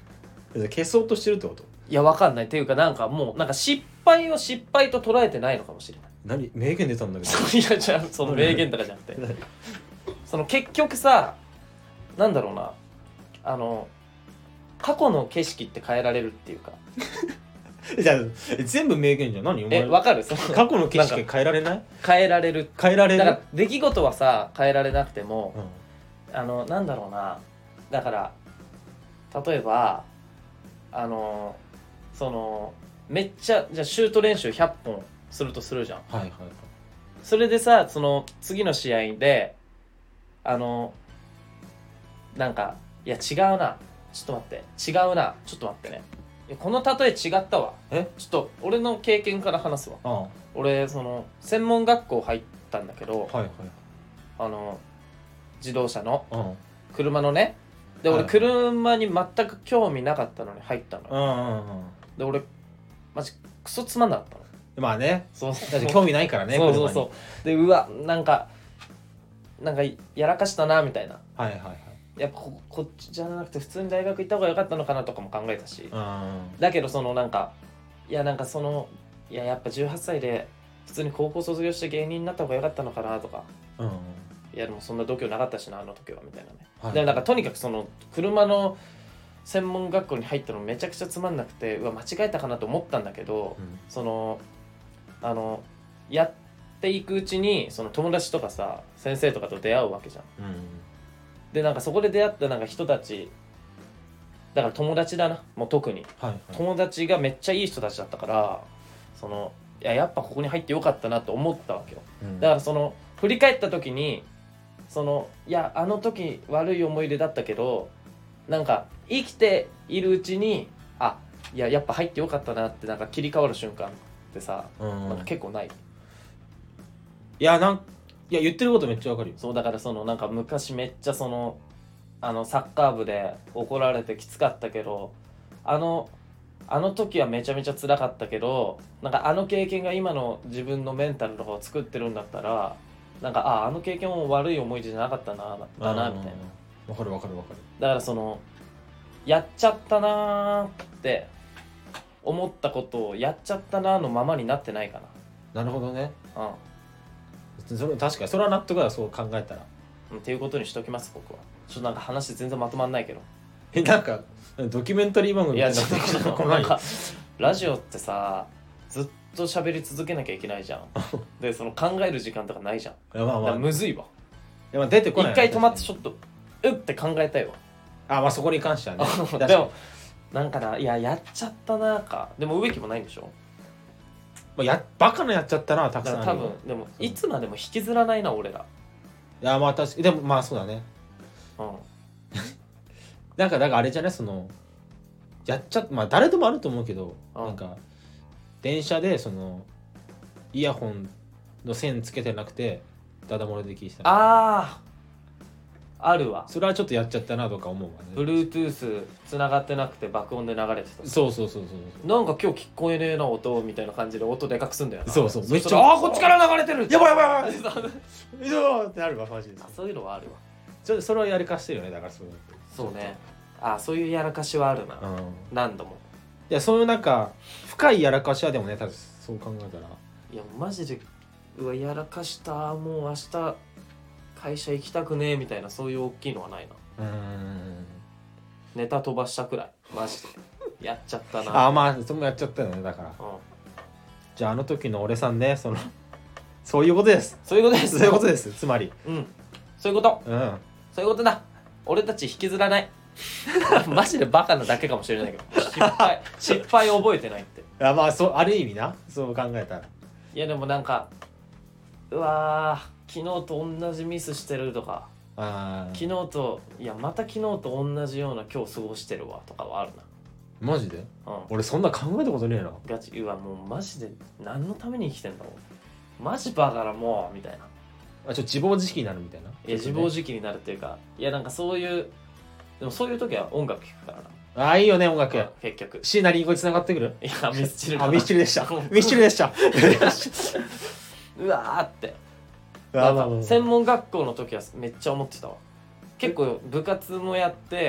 消そうとしてるってこと？ いやわかんないっていうかなんかもうなんか失敗を失敗と捉えてないのかもしれない。 何名言出たんだけどいやじゃあその名言とかじゃなくてその結局さなんだろうなあの過去の景色って変えられるっていうかじゃあ全部名言じゃん。何お前えわかるその過去の景色変えられない？ 変えられる変えられるだから出来事はさ変えられなくても、 うん、 あのなんだろうなだから例えばあのそのめっちゃじゃあシュート練習ひゃっぽんするとするじゃん。 はいはいはい。 それでさその次の試合であのなんかいや違うなちょっと待って違うなちょっと待ってねいやこの例え違ったわ。 えちょっと俺の経験から話すわ。 ああ俺その専門学校入ったんだけど、 はいはい。 あの自動車のうん車のねで俺はい車に全く興味なかったのに入ったのよ。 うんうんうん。 で俺マジクソつまんなかったの。 まあね。 そうだって興味ないからね。 そうそうそううでうわなんかなんかやらかしたなみたいな。 はいはいはい。 やっぱ こ, こっちじゃなくて普通に大学行った方が良かったのかなとかも考えたし、 うんだけどそのなんかいやなんかそのいややっぱじゅうはっさいで普通に高校卒業して芸人になった方が良かったのかなとか、 うんいやでもそんな度胸なかったしなあの時はみたいなね、 はい、 でもなんかとにかくその車の専門学校に入ったのめちゃくちゃつまんなくてうわ間違えたかなと思ったんだけど、 うんそのあのやっていくうちにその友達とかさ先生とかと出会うわけじゃん。 うんでなんかそこで出会ったなんか人たちだから友達だなもう特にはいはい、 友達がめっちゃいい人たちだったからそのいややっぱここに入ってよかったなと思ったわけよ。 うんだからその振り返った時にそのいやあの時悪い思い出だったけどなんか生きているうちにあいややっぱ入ってよかったなってなんか切り替わる瞬間ってさ、 うんなんか結構ない。 いやなんいや言ってることめっちゃわかるよ。 そうだからそのなんか昔めっちゃそのあのサッカー部で怒られてきつかったけどあのあの時はめちゃめちゃ辛かったけどなんかあの経験が今の自分のメンタルとかを作ってるんだったらなんかああの経験も悪い思い出じゃなかったなだなみたいな。 わかるわかるわかる。 だからそのやっちゃったなーって思ったことをやっちゃったなーのままになってないかなるほどね。 な。 それ確かにそれは納得だ。そう考えたらうんっていうことにしときます僕は。ちょっとなんか話全然まとまんないけど。 えなんかドキュメンタリー番組いやみたいになってきたちょっとなんかラジオってさずっと喋り続けなきゃいけないじゃん。でその考える時間とかないじゃん。 いやまあまあだからむずいわ。 いやまあ出てこない一回止まってちょっとうって考えたいわ。 あまあそこに関してはね確かにでもなんかないややっちゃったなーかでも植木もないんでしょ。 まあやバカなやっちゃったなたくだから多さんあるよ。 分でもいつまでも引きずらないな俺ら。 いやまあ確かにでもまあそうだね。 うんなんかだからあれじゃないそのやっちゃまあ誰でもあると思うけど、 うんなんか電車でそのイヤホンの線つけてなくてダダ漏れで聞いてたあーあるわ。 それはちょっとやっちゃったなとか思うわね。 Bluetooth 繋がってなくて爆音で流れてた。 そうそうそうそうそうなんか今日聞こえねえな音みたいな感じで音でかくすんだよな。 そうそうめっちゃめっちゃあーこっちから流れてるやばいやばいやばいいやってなるわマジで。 そういうのはあるわ。 ちょそれはやりかしてるよね。だからそういうそうね。あそういうやらかしはあるな、 うん何度も。 いやそういうなんか深いやらかしはでもね多分そう考えたらいやマジでうわやらかしたもう明日会社行きたくねえみたいなそういう大きいのはないな。 うーんネタ飛ばしたくらいマジでやっちゃったな。 あまあそれもやっちゃったよね。だからうん、 じゃああの時の俺さんねそのそういうことですそういうことです。 そういうことですつまりうんそういうことうんそういうことだ。俺たち引きずらないマジでバカなだけかもしれないけど失敗失敗覚えてないって。 いやまあそうある意味なそう考えたらいやでもなんかうわー昨日と同じミスしてるとかあ昨日といやまた昨日と同じような今日過ごしてるわとかはあるマジでな。うん俺そんな考えたことねえな。 ガチうわもうマジで何のために生きてんだろうマジバカだもうみたいな。 あちょっと自暴自棄になるみたいな。 いや自暴自棄になるっていうかいやなんかそういうでもそういう時は音楽聴くからな。 ああいいよね音楽。 結局椎名林檎に繋がってくる。 いやミスチルかあなミスチルでしたミスチルでしたうわーってあなんかまあまあ専門学校の時はめっちゃ思ってたわ。結構部活もやって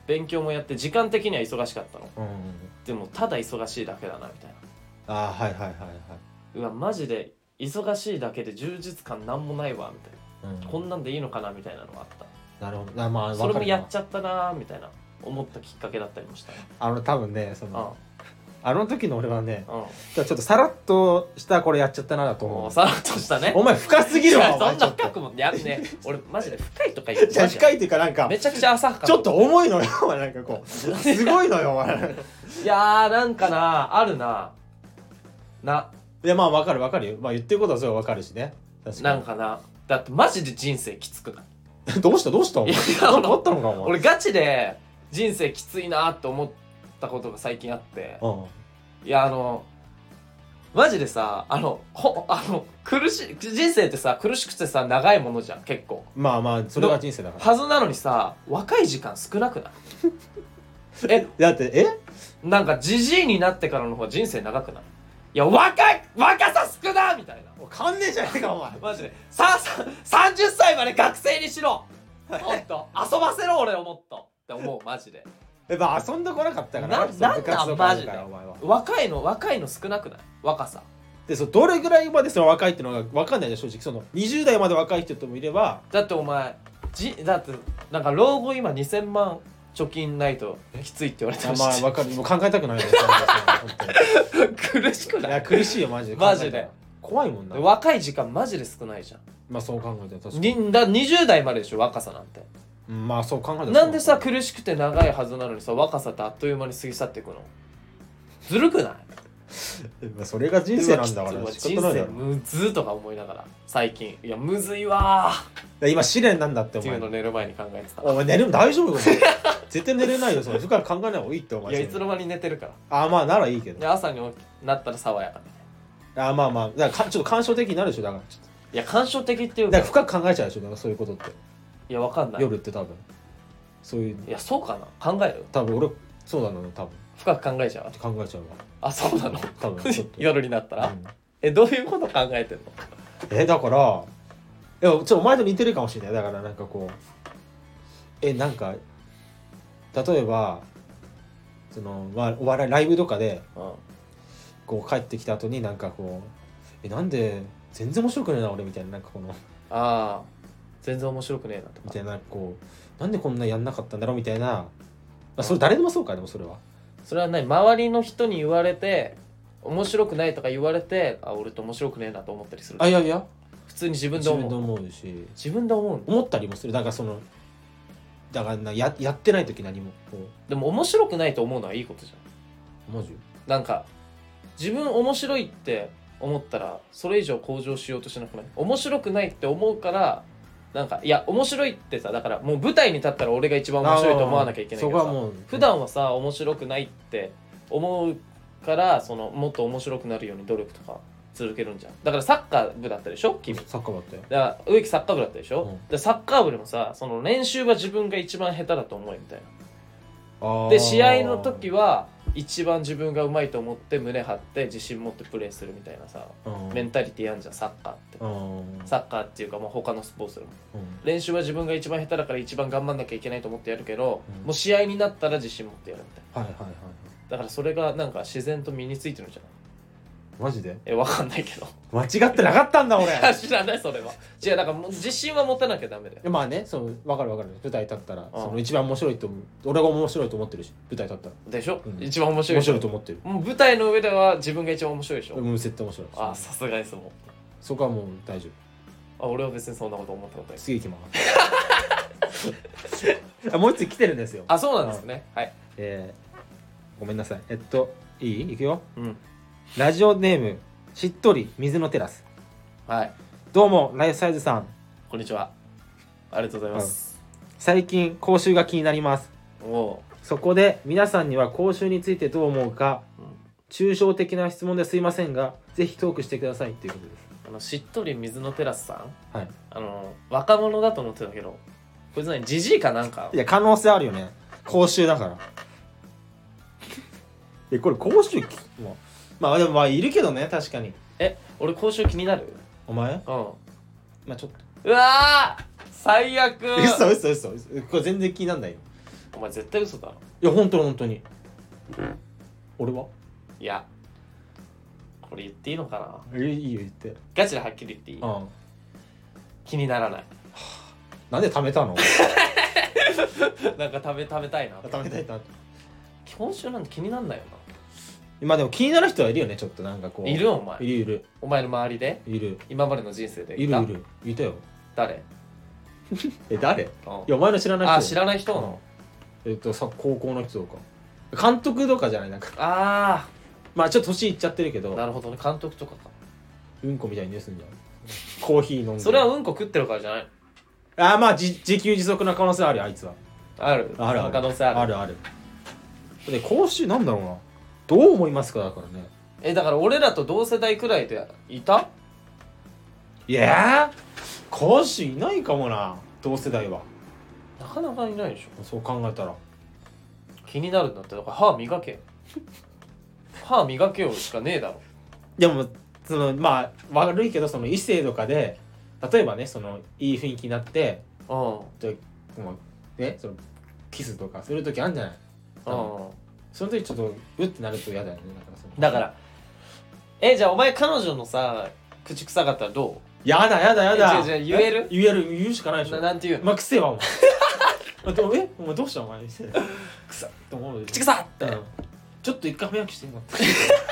勉強もやって時間的には忙しかったの。 うんうん、 でもただ忙しいだけだなみたいな。 ああはいはいはいはうわマジで忙しいだけで充実感なんもないわみたいな、 い、うん、 こんなんでいいのかなみたいなのがあった。 なるほど。あ、まあ、 それもやっゃちゃったなみたいな思ったきっかけだったりもしたね。 あの多分ねそうんのあの時の俺はねうんちょっとさらっとしたこれやっちゃったなだと思う。 もうさらっとしたね。 お前深すぎるわ。 いやそんな深くくもやるね。俺マジで深いとか言って深いっていうかなんかめちゃくちゃ浅はかちょっと重いのよ。お前なんかこうすごいのよお前。 いやーなんかなあるな。ないやまあわかるわかるよ。まあ言ってることはすごいわかるしね。確かになんかなだってマジで人生きつくない。 どうしたどうしたお前。 いやなんかあったのかお前。 俺ガチで人生きついなって思ったことが最近あって、 うんいやあのマジでさあのほあの苦しい人生ってさ苦しくてさ長いものじゃん結構。 まあまあそれが人生だから。 はずなのにさ若い時間少なくないえだってえなんかジジイになってからの方が人生長くない。いや若い若さ少なみたいな。 もうかんねえじゃねえかお前。 マジでさささんじゅっさいまで学生にしろもっと遊ばせろ俺をもっとって思うマジで。 やっぱ遊んでこなかったからなその部なんな活とかあんマジでるからお前は。 若いの若いの少なくない若さ。 でそどれぐらいまでその若いっていうのが分かんないじゃん正直。そのにじゅう代まで若い人もいればだってお前じだってなんか老後今にせんまん貯金ないときついって言われてあましまあ分かる。もう考えたくないよそんな本当にた苦しくいないや苦しいよマジで。 マジで考えたら怖いもんな。 若い時間マジで少ないじゃん。 まあそう考えたら確かに。 にだにじゅう代まででしょ若さなんて。 うんまあそう考えたらなんでさ苦しくて長いはずなのにさ若さってあっという間に過ぎ去っていくのずるくない。 まあそれが人生なんだからうわ仕人生方ないだろ。 むずーとか思いながら最近いやむずいわー今試練なんだってお前っていうの。寝る前に考えてた。 お前寝る大丈夫かお前絶対寝れないよそれ。深く考えない方がいいってお前。 いやいつの間に寝てるから。 あまあならいいけど。 で朝になったら爽やかみたいな。 あまあまあだからかちょっと感傷的になるでしょだからちょっいや感傷的っていうとかだから深く考えちゃうでしょだからそういうことって。 いやわかんない。 夜って多分そういういやそうかな考える多分俺そうなのよ多分深く考えちゃう。 考えちゃうわあそうなの多分ちょっと夜になったら、 うんえどういうこと考えてんの。 えだからいやちょっとお前と似てるかもしれない。だからなんかこうえなんか例えばその、まあ、お笑いライブとかでうんこう帰ってきた後になんかこうえなんで全然面白くねえな俺みたいななんかこのああ全然面白くねえなとか。 みたいなこうなんでこんなやんなかったんだろうみたいな、まあ、それ誰でもそうかでもそれはそれは何周りの人に言われて面白くないとか言われてあ俺って面白くねえなと思ったりする。 あいやいや普通に自分で自思う。 分で思うし自分で思うの。 思ったりもする。だからそのだからな や, やってない時何もこでも面白くないと思うのはいいことじゃん。 うマジなんか自分面白いって思ったらそれ以上向上しようとしなくない。面白くないって思うからなんかいや面白いってさだからもう舞台に立ったら俺が一番面白いと思わなきゃいけないけどさそこはもう普段はさ面白くないって思うからそのもっと面白くなるように努力とか続けるんじゃん。だからサッカー部だったでしょ君。 サッカーだったよ。 だから植木サッカー部だったでしょ、 うんでサッカー部でもさその練習は自分が一番下手だと思えみたいな。 あーで試合の時は一番自分がうまいと思って胸張って自信持ってプレーするみたいなさうんメンタリティあんじゃんサッカーって。 うんサッカーっていうかまあ他のスポーツでもうん練習は自分が一番下手だから一番頑張んなきゃいけないと思ってやるけど、 うんもう試合になったら自信持ってやるみたいな。 はいはいはいだからそれがなんか自然と身についてるんじゃない。 マジでえわかんないけど間違ってなかったんだ俺知らないそれは。違うだからもう自信は持たなきゃダメだよ。 まあねその分かる分かる舞台立ったらうんその一番面白いと思う俺が面白いと思ってるし舞台立ったらでしょ、 うん一番面白い面でしょ白いと思ってるもう舞台の上では自分が一番面白いでしょ、 うん絶対面白いあさすがですもん。 そこはもう大丈夫あ俺は別にそんなこと思ったことない。 次行きますあもう一つ来てるんですよあそうなんですね、はい。 えー、ごめんなさいえっといいいくようんラジオネームしっとり水のテラス。 はいどうもライフサイズさんこんにちはありがとうございます、 最近口臭が気になります。 おおそこで皆さんには口臭についてどう思うかう、うん、 抽象的な質問ですいませんがぜひトークしてくださいっていうことです。 あのしっとり水のテラスさんはいあの若者だと思ってたけどこいつ何ジジイかなんか。 いや可能性あるよね口臭だからえこれ口臭きまあまあでもまあいるけどね確かに。 え俺口臭気になる。 お前うんまあちょっとうわー最悪嘘嘘嘘嘘これ全然気になんないよ。 お前絶対嘘だろ。 いや本当に本当に、うん、俺はいやこれ言っていいのかな。 いいよ言って。 ガチではっきり言っていい、うん、気にならない。 なんで貯めたのなんか食べ食べたいな。 食べたいな。 今週なんて気になんないよな。 今でも気になる人はいるよね、ちょっとなんかこう。 いるお前。 いるいる。 お前の周りでいる。 今までの人生でいた。 いるいるいたよ。 誰え誰、うん、いやお前の知らない人。 あ知らない人の、 うん、えっとさ高校の人とか監督とかじゃないなんか。 ああまあちょっと年いっちゃってるけど。 なるほどね。監督とかか。 うんこみたいに盗んじゃう。コーヒー飲んで。 それはうんこ食ってるからじゃない。 ああまあ自給自足な可能性あるよあいつは。 あるあるある可能性あるあるある。で講習なんだろうな、どう思いますかだからね。 えだから俺らと同世代くらいでいた。 いやー講習いないかもな同世代は。 なかなかいないでしょ。 そう考えたら気になるんだってだから歯磨け歯磨けよしかねえだろ。 でもそのまあ悪いけどその異性とかで例えばねそのいい雰囲気になってうんじゃもうねそのキスとかする時あるんじゃない。 うんその時ちょっとうってなると嫌だよね。だからそのだからえじゃあお前彼女のさ口臭かったらどう。やだやだやだ。 じゃあ言える言える言うしかないでしょ。 ななんて言うの。 まあ、くせえわお前えお前どうしたお前くさって思う。 口臭って、 うん、ちょっと一回早くしてもらって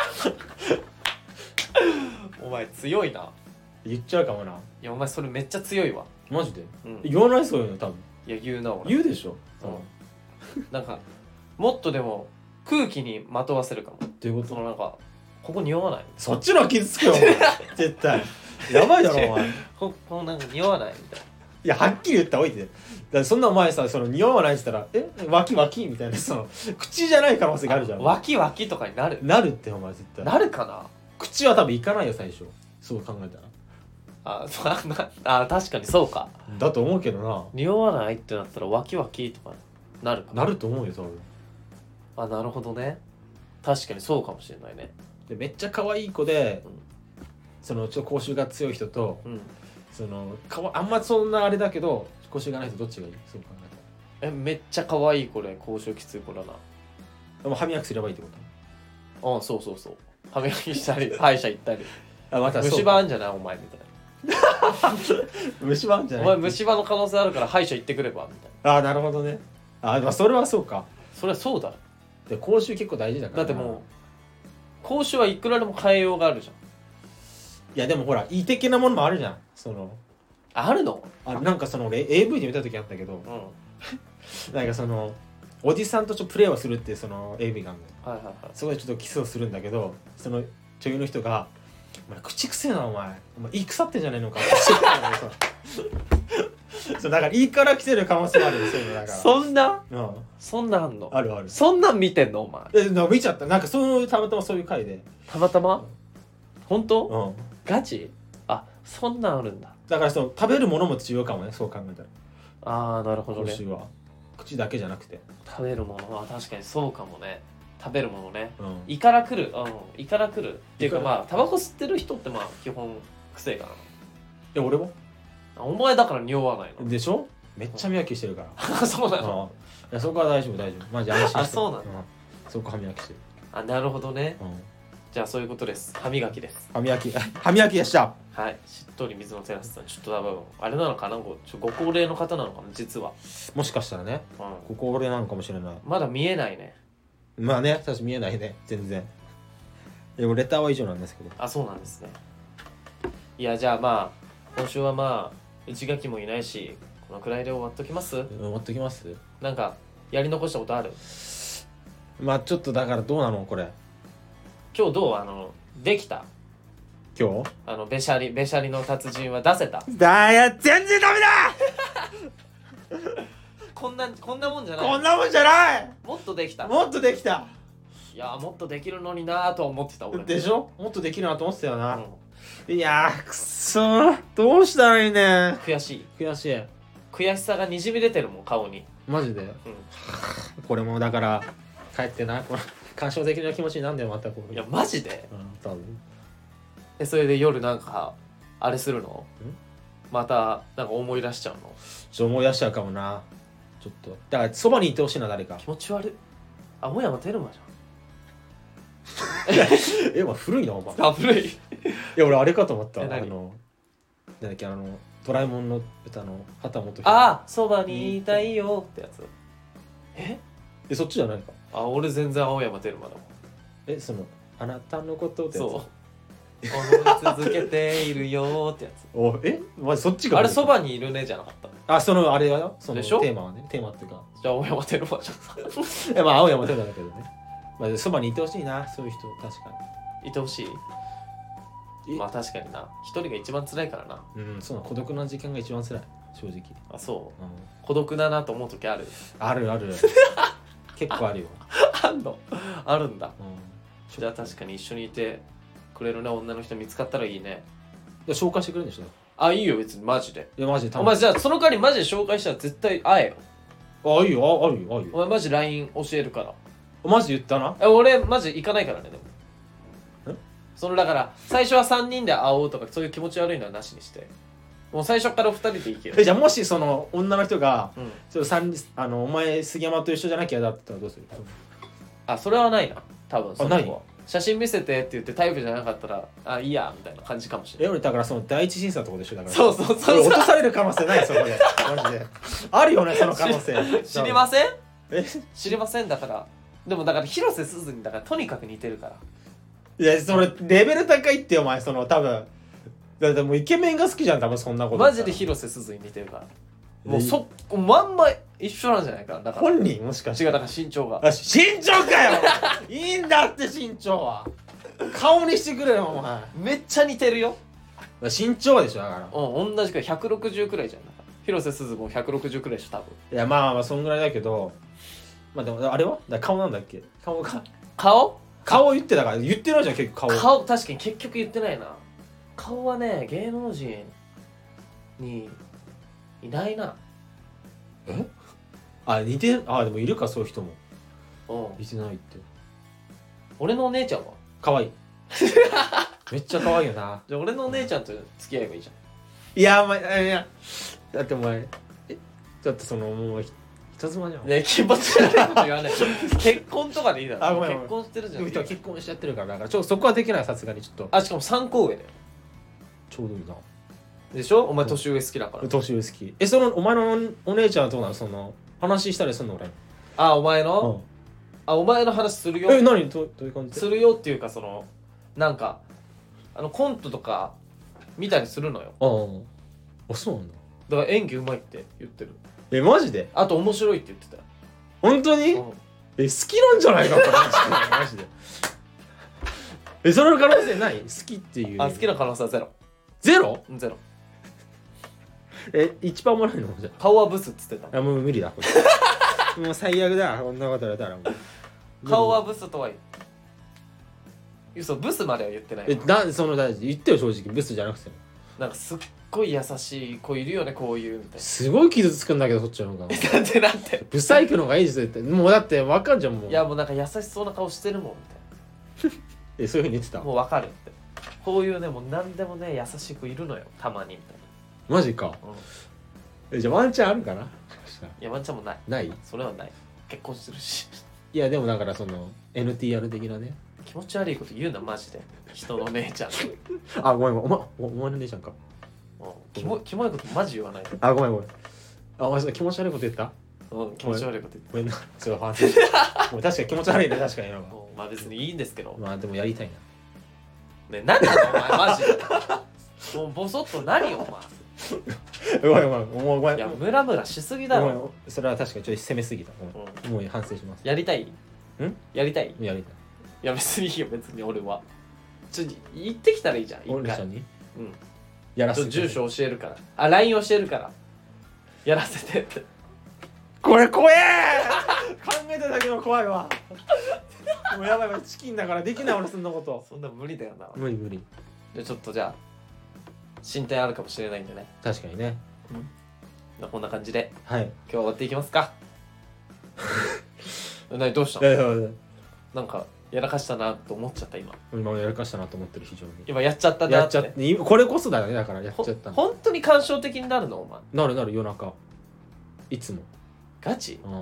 お前強いな。 言っちゃうかもな。 いやお前それめっちゃ強いわ。 マジで、 うん、 言わないそういうの多分。 いや言うな俺。 言うでしょ、 うん、なんかもっとでも空気にまとわせるかも。 っていうこと。 そのなんかここ匂わない。 そっちのは傷つくよお前絶対やばいだろお前ここなんか匂わないみたいな。 いやはっきり言った方がいいで。だからそんなお前さその匂わないって言ったらえ脇脇みたいなその口じゃない可能性があるじゃん。 脇脇とかになるなるってお前絶対なるかな。 口は多分いかないよ最初そう考えたら。 ああ確かにそうかだと思うけどな。 匂わないってなったら脇脇とかなるかなると思うよ多分。 あなるほどね。確かにそうかもしれないね。 でめっちゃ可愛い子で、うん、そのちょっと口臭が強い人と、 うん、 そのかわあんまそんなあれだけど口臭がない人どっちがいい。そう考えたらえめっちゃ可愛い子で口臭きつい子だな。 でも歯磨きすればいいってこと。ああそうそうそう歯磨きしたり歯医者行ったりあまた虫歯あんじゃないお前みたいな虫歯あんじゃない。 お前虫歯の可能性あるから歯医者行ってくればみたいな。あなるほどね。あまあそれはそうか。 それはそうだ。 で口臭結構大事だからだってもう口臭はいくらでも変えようがあるじゃん。 いやでもほら胃的なものもあるじゃん。そのあるのあなんかその俺 エーブイ で見た時あったけど、うん、なんかそのおじさんとちょっとプレーをするっていうその エーブイ があるのよ、はいはいはい、そこでちょっとキスをするんだけどその女優の人が「お前口くせえなお前お前胃腐ってんじゃねえのか」ってそうだから胃から来てる可能性もあるよそういうのだから。 そんな、 うん、 そんなあんの。 あるある。 そんなん見てんのお前。 えなんか見ちゃった。なんかそういうたまたまそういう回でたまたま、うん、本当、 うん、 ガチあそんなんあるんだ。 だからその食べるものも重要かもねそう考えたら。 ああなるほどね。 口は口だけじゃなくて食べるものは確かにそうかもね。食べるものね、 うん、 胃から来るうん胃から来るっていうかまあタバコ吸ってる人ってまあ基本癖いからな。いや俺もお前だから匂わないのでしょ。めっちゃ磨きしてるから、 うん、そうなの、 うん、いやそこは大丈夫大丈夫マジ安心して。 あそうなの、うん、 そこ歯磨きしてる。 あなるほどね、 うん、 じゃあそういうことです。歯磨きです。 歯磨き歯磨きでした。 はい。しっとり水のテラスさんちょっと多分あれなのかなごちょご高齢の方なのかな実は。 もしかしたらね、うん、ご高齢なのかもしれない。 まだ見えないね。 まあね確かに見えないね全然。でもレターは以上なんですけど。 あそうなんですね。いやじゃあまあ今週はまあ内垣もいないしこのくらいで終わっときます。 終わっときます。 なんかやり残したことある。 まあちょっとだからどうなのこれ。 今日どうあのできた今日あのべしゃりべしゃりの達人は出せた。 だいや全然ダメだこんなこんなもんじゃない。 こんなもんじゃない。 もっとできた。 もっとできた。 いやもっとできるのになぁとは思ってた俺でしょ。もっとできるなと思ってたよな、うん、いやーくそーどうしたらいいね。 悔しい悔しい悔しさがにじみ出てるもん顔に。 マジで、うん、これもだから帰ってなこの干渉的な気持ちになんだよまたこう。 いやマジで、 うん、多分えそれで夜なんかあれするの？またなんか思い出しちゃうの？ ちょっと思い出しちゃうかもな。 ちょっとだからそばにいてほしいな誰か。 気持ち悪い。青山テルマじえまあ古いなお前。 ゃん。あ、古い。 いや俺あれかと思った。あえ何のなんだっけあのドラえもんの歌の畑本博。 あ、そばにいたいよってやつ。ええそっちじゃないか。 あ、俺全然青山テルマだもん。 えそのあなたのことってやつ。 そう。思い続けているよってやつ。 おえマジそっちが。 あれそばにいるねじゃなかった。 あそのあれはよそのでしょテーマはねテーマっていうか。 じゃあ青山テルマじゃん。 えまあ青山テルマだけどね。まあそばにいてほしいなそういう人確かいてほしい。 に。 まあ確かにな。一人が一番辛いからな。 うんそうな孤独な時間が一番辛い正直。 あ、そう。 うん、 孤独だなと思う時ある。 あるある結構あるよ。 あんのあるんだ。 うん、 じゃあ確かに一緒にいてくれるね女の人見つかったらいいね。 で紹介してくれるんでしょ。 あ、いいよ別にマジで。 いやマジでお前じゃあその代わりマジで紹介したら絶対会えよ。 あいいよああるよあるよ。 お前マジ ライン 教えるから。 マジ言ったな。 え俺マジ行かないからね。でもえそのだから最初はさんにんで会おうとかそういう気持ち悪いのはなしにして、もう最初からふたりで行けよ。 えじゃあもしその女の人が、 うん、 ちょっと三人あのお前杉山と一緒じゃなきゃだったらどうする。 あ、それはないな多分。その子はない写真見せてって言ってタイプじゃなかったらあいいやみたいな感じかもしれない。 え俺だからその第一審査ってことでしょ。だからそうそうそう俺そう落とされる可能性ないそこでマジであるよねその可能性。 知りませんえ知りません。だからでもだから広瀬すずにだからとにかく似てるから。 いやそれレベル高いってお前その多分だってもうイケメンが好きじゃん多分そんなこと。 マジで広瀬すずに似てるから。もうそまんま一緒なんじゃないかな。だから本人もしかして。 違うだから身長が。 あ身長かよいいんだって身長は顔にしてくれよお前。 めっちゃ似てるよ。 身長はでしょだから。 うん同じくらいひゃくろくじゅうくらいじゃん。だから広瀬すずもひゃくろくじゅうくらいでしょ多分。 いやまあまあそんぐらいだけどまあでもあれはだ顔なんだっけ顔が顔顔言ってたから言ってないじゃん結構顔。 顔確かに結局言ってないな。顔はね芸能人にいないな。 えあ似てるあでもいるかそういう人も。 うん似てないって。 俺のお姉ちゃんは可愛いめっちゃ可愛いよな。 じゃあ俺のお姉ちゃんと付き合えばいいじゃん。 いやお前いやだってお前えちょっとそのもう人妻じゃん。 ね気持ち悪いこと言わない結婚とかでいいだろ。 あごめんごめん結婚してるじゃん。 人は結婚しちゃってるからだからちょそこはできないさすがにちょっと。 あしかもさんこ上だよ。 ちょうどいいな。 でしょお前年上好きだから。 年上好き。えそのお前のお姉ちゃんはどうなのその話したりするの俺。 あお前の、 うん、 あお前の話するよ。 え何どうどういう感じで。 するよっていうかそのなんかあのコントとか見たりするのよ。 あああそうなんだ。 だから演技うまいって言ってる。 えマジであと面白いって言ってたよ。 本当に、 うん、 え好きなんじゃないかこれマジでえそれの可能性ない好きっていう。 あ好きな可能性はゼロ。 ゼロゼロ。 えいちパーもないのじゃ顔はブスっつってた。 あもう無理だこれもう最悪だこんなこと言われたらもう顔はブスとは言う嘘ブスまでは言ってないえなそのだ言ってよ正直ブスじゃなくても。 なんかすっごい優しい子いるよねこういうみたいすごい傷つくんだけどそっちの方がななんでなんてブサイクの方がいいですよってもうだって分かんじゃんもう。 いやもうなんか優しそうな顔してるもんみたいえそういうふうに言ってたな。もう分かるってこういうねもう何でもね優しい子いるのよたまにみたいマジか、 な、うん、 えじゃあワンチャンあるかな。 いやワンチャンもない。 ないそれはない。結婚してるしいやでもだからその エヌティーアール 的なね。 気持ち悪いこと言うなマジで人の姉ちゃんあごめんごめんお前おお前の姉ちゃんか。 うんキモキモいことマジ言わない。 あごめんごめんあお前それ気持ち悪いこと言った。 うん気持ち悪いこと言ってごめんなすごい反省もう確かに気持ち悪いね確かになんかもうまあ別にいいんですけどまあでもやりたいな。 ね何なのお前マジでもうボソッと何お前ごめんごめんもうごめんいやムラムラしすぎだごめんろ。 それは確かにちょっと攻めすぎたごめん、 うんもう反省します。 やりたいんやりたいやりたいいや別にいいよ別に俺はちょ行ってきたらいいじゃん一回。 俺さんにうんやらせてちょ住所教えるからあ ライン 教えるからやらせてってこれ怖え考えただけでも怖いわもうやばいやばいチキンだからできない俺そんなことそんな無理だよな。 無理無理。 じゃあちょっとじゃあ進展あるかもしれないんでね。 確かにね。 こんな感じではい今日は終わっていきますか何どうしたいやの。 いやいやなんかやらかしたなと思っちゃった今今やらかしたなと思ってる非常に今やっちゃったなっやってちゃって今これこそだよねだからやっちゃったの。 ほ本当に感傷的になるのお前。 なるなる夜中いつもガチ？ うん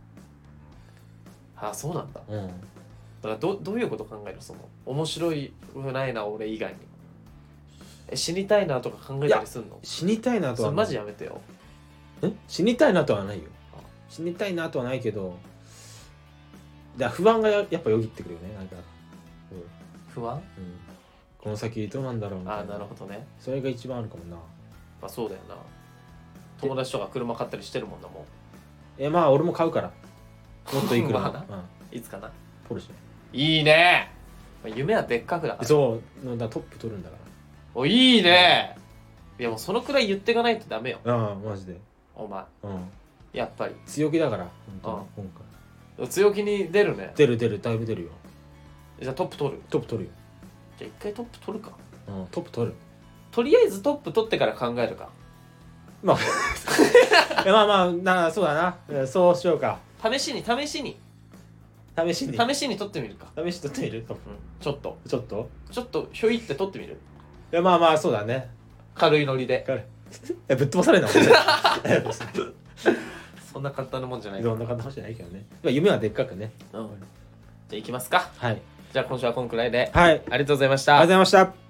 ああそうなんだ。 うんだからどどういうこと考える？その面白いくないな俺以外に。え死にたいなとか考えたりすんの？ 死にたいなとはそれマジやめてよ。 え死にたいなとはないよ。死にたいなとはないけど、だ不安がやっぱよぎってくるよね。なんか、うん、 不安、うん、 この先どうなんだろうみたいな。 ああなるほどね。 それが一番あるかもな。 まあそうだよな。友達とか車買ったりしてるもんなもん。 えまあ俺も買うからもっといくらまあな、うん、いつかな。 ポルシェいいね。夢はでっかくだから。 そうだトップ取るんだから。 おいいね、うん、いやもうそのくらい言っていかないとダメよ。 ああマジでお前、うん、やっぱり強気だから本当に今回強気に出るね。 出る出るだいぶ出るよ。じゃあトップ取る？ トップ取るよ。 じゃあ一回トップ取るか。 うんトップ取る。 とりあえずトップ取ってから考えるか。 まあまあまあなそうだな。そうしようか。 試しに試しに試しに試しに取ってみるか。 試し取ってみる、うん、 ちょっとちょっとちょっとひょいって取ってみる。 いやまあまあそうだね。 軽いノリで。 軽いえぶっ飛ばされるなそんな簡単なもんじゃない。 そんな簡単なもんじゃないけどね。夢はでっかくね。 うん。じゃあ行きますか。 はい。 じゃあ今週はこんくらいで。 はい。 ありがとうございました。 ありがとうございました。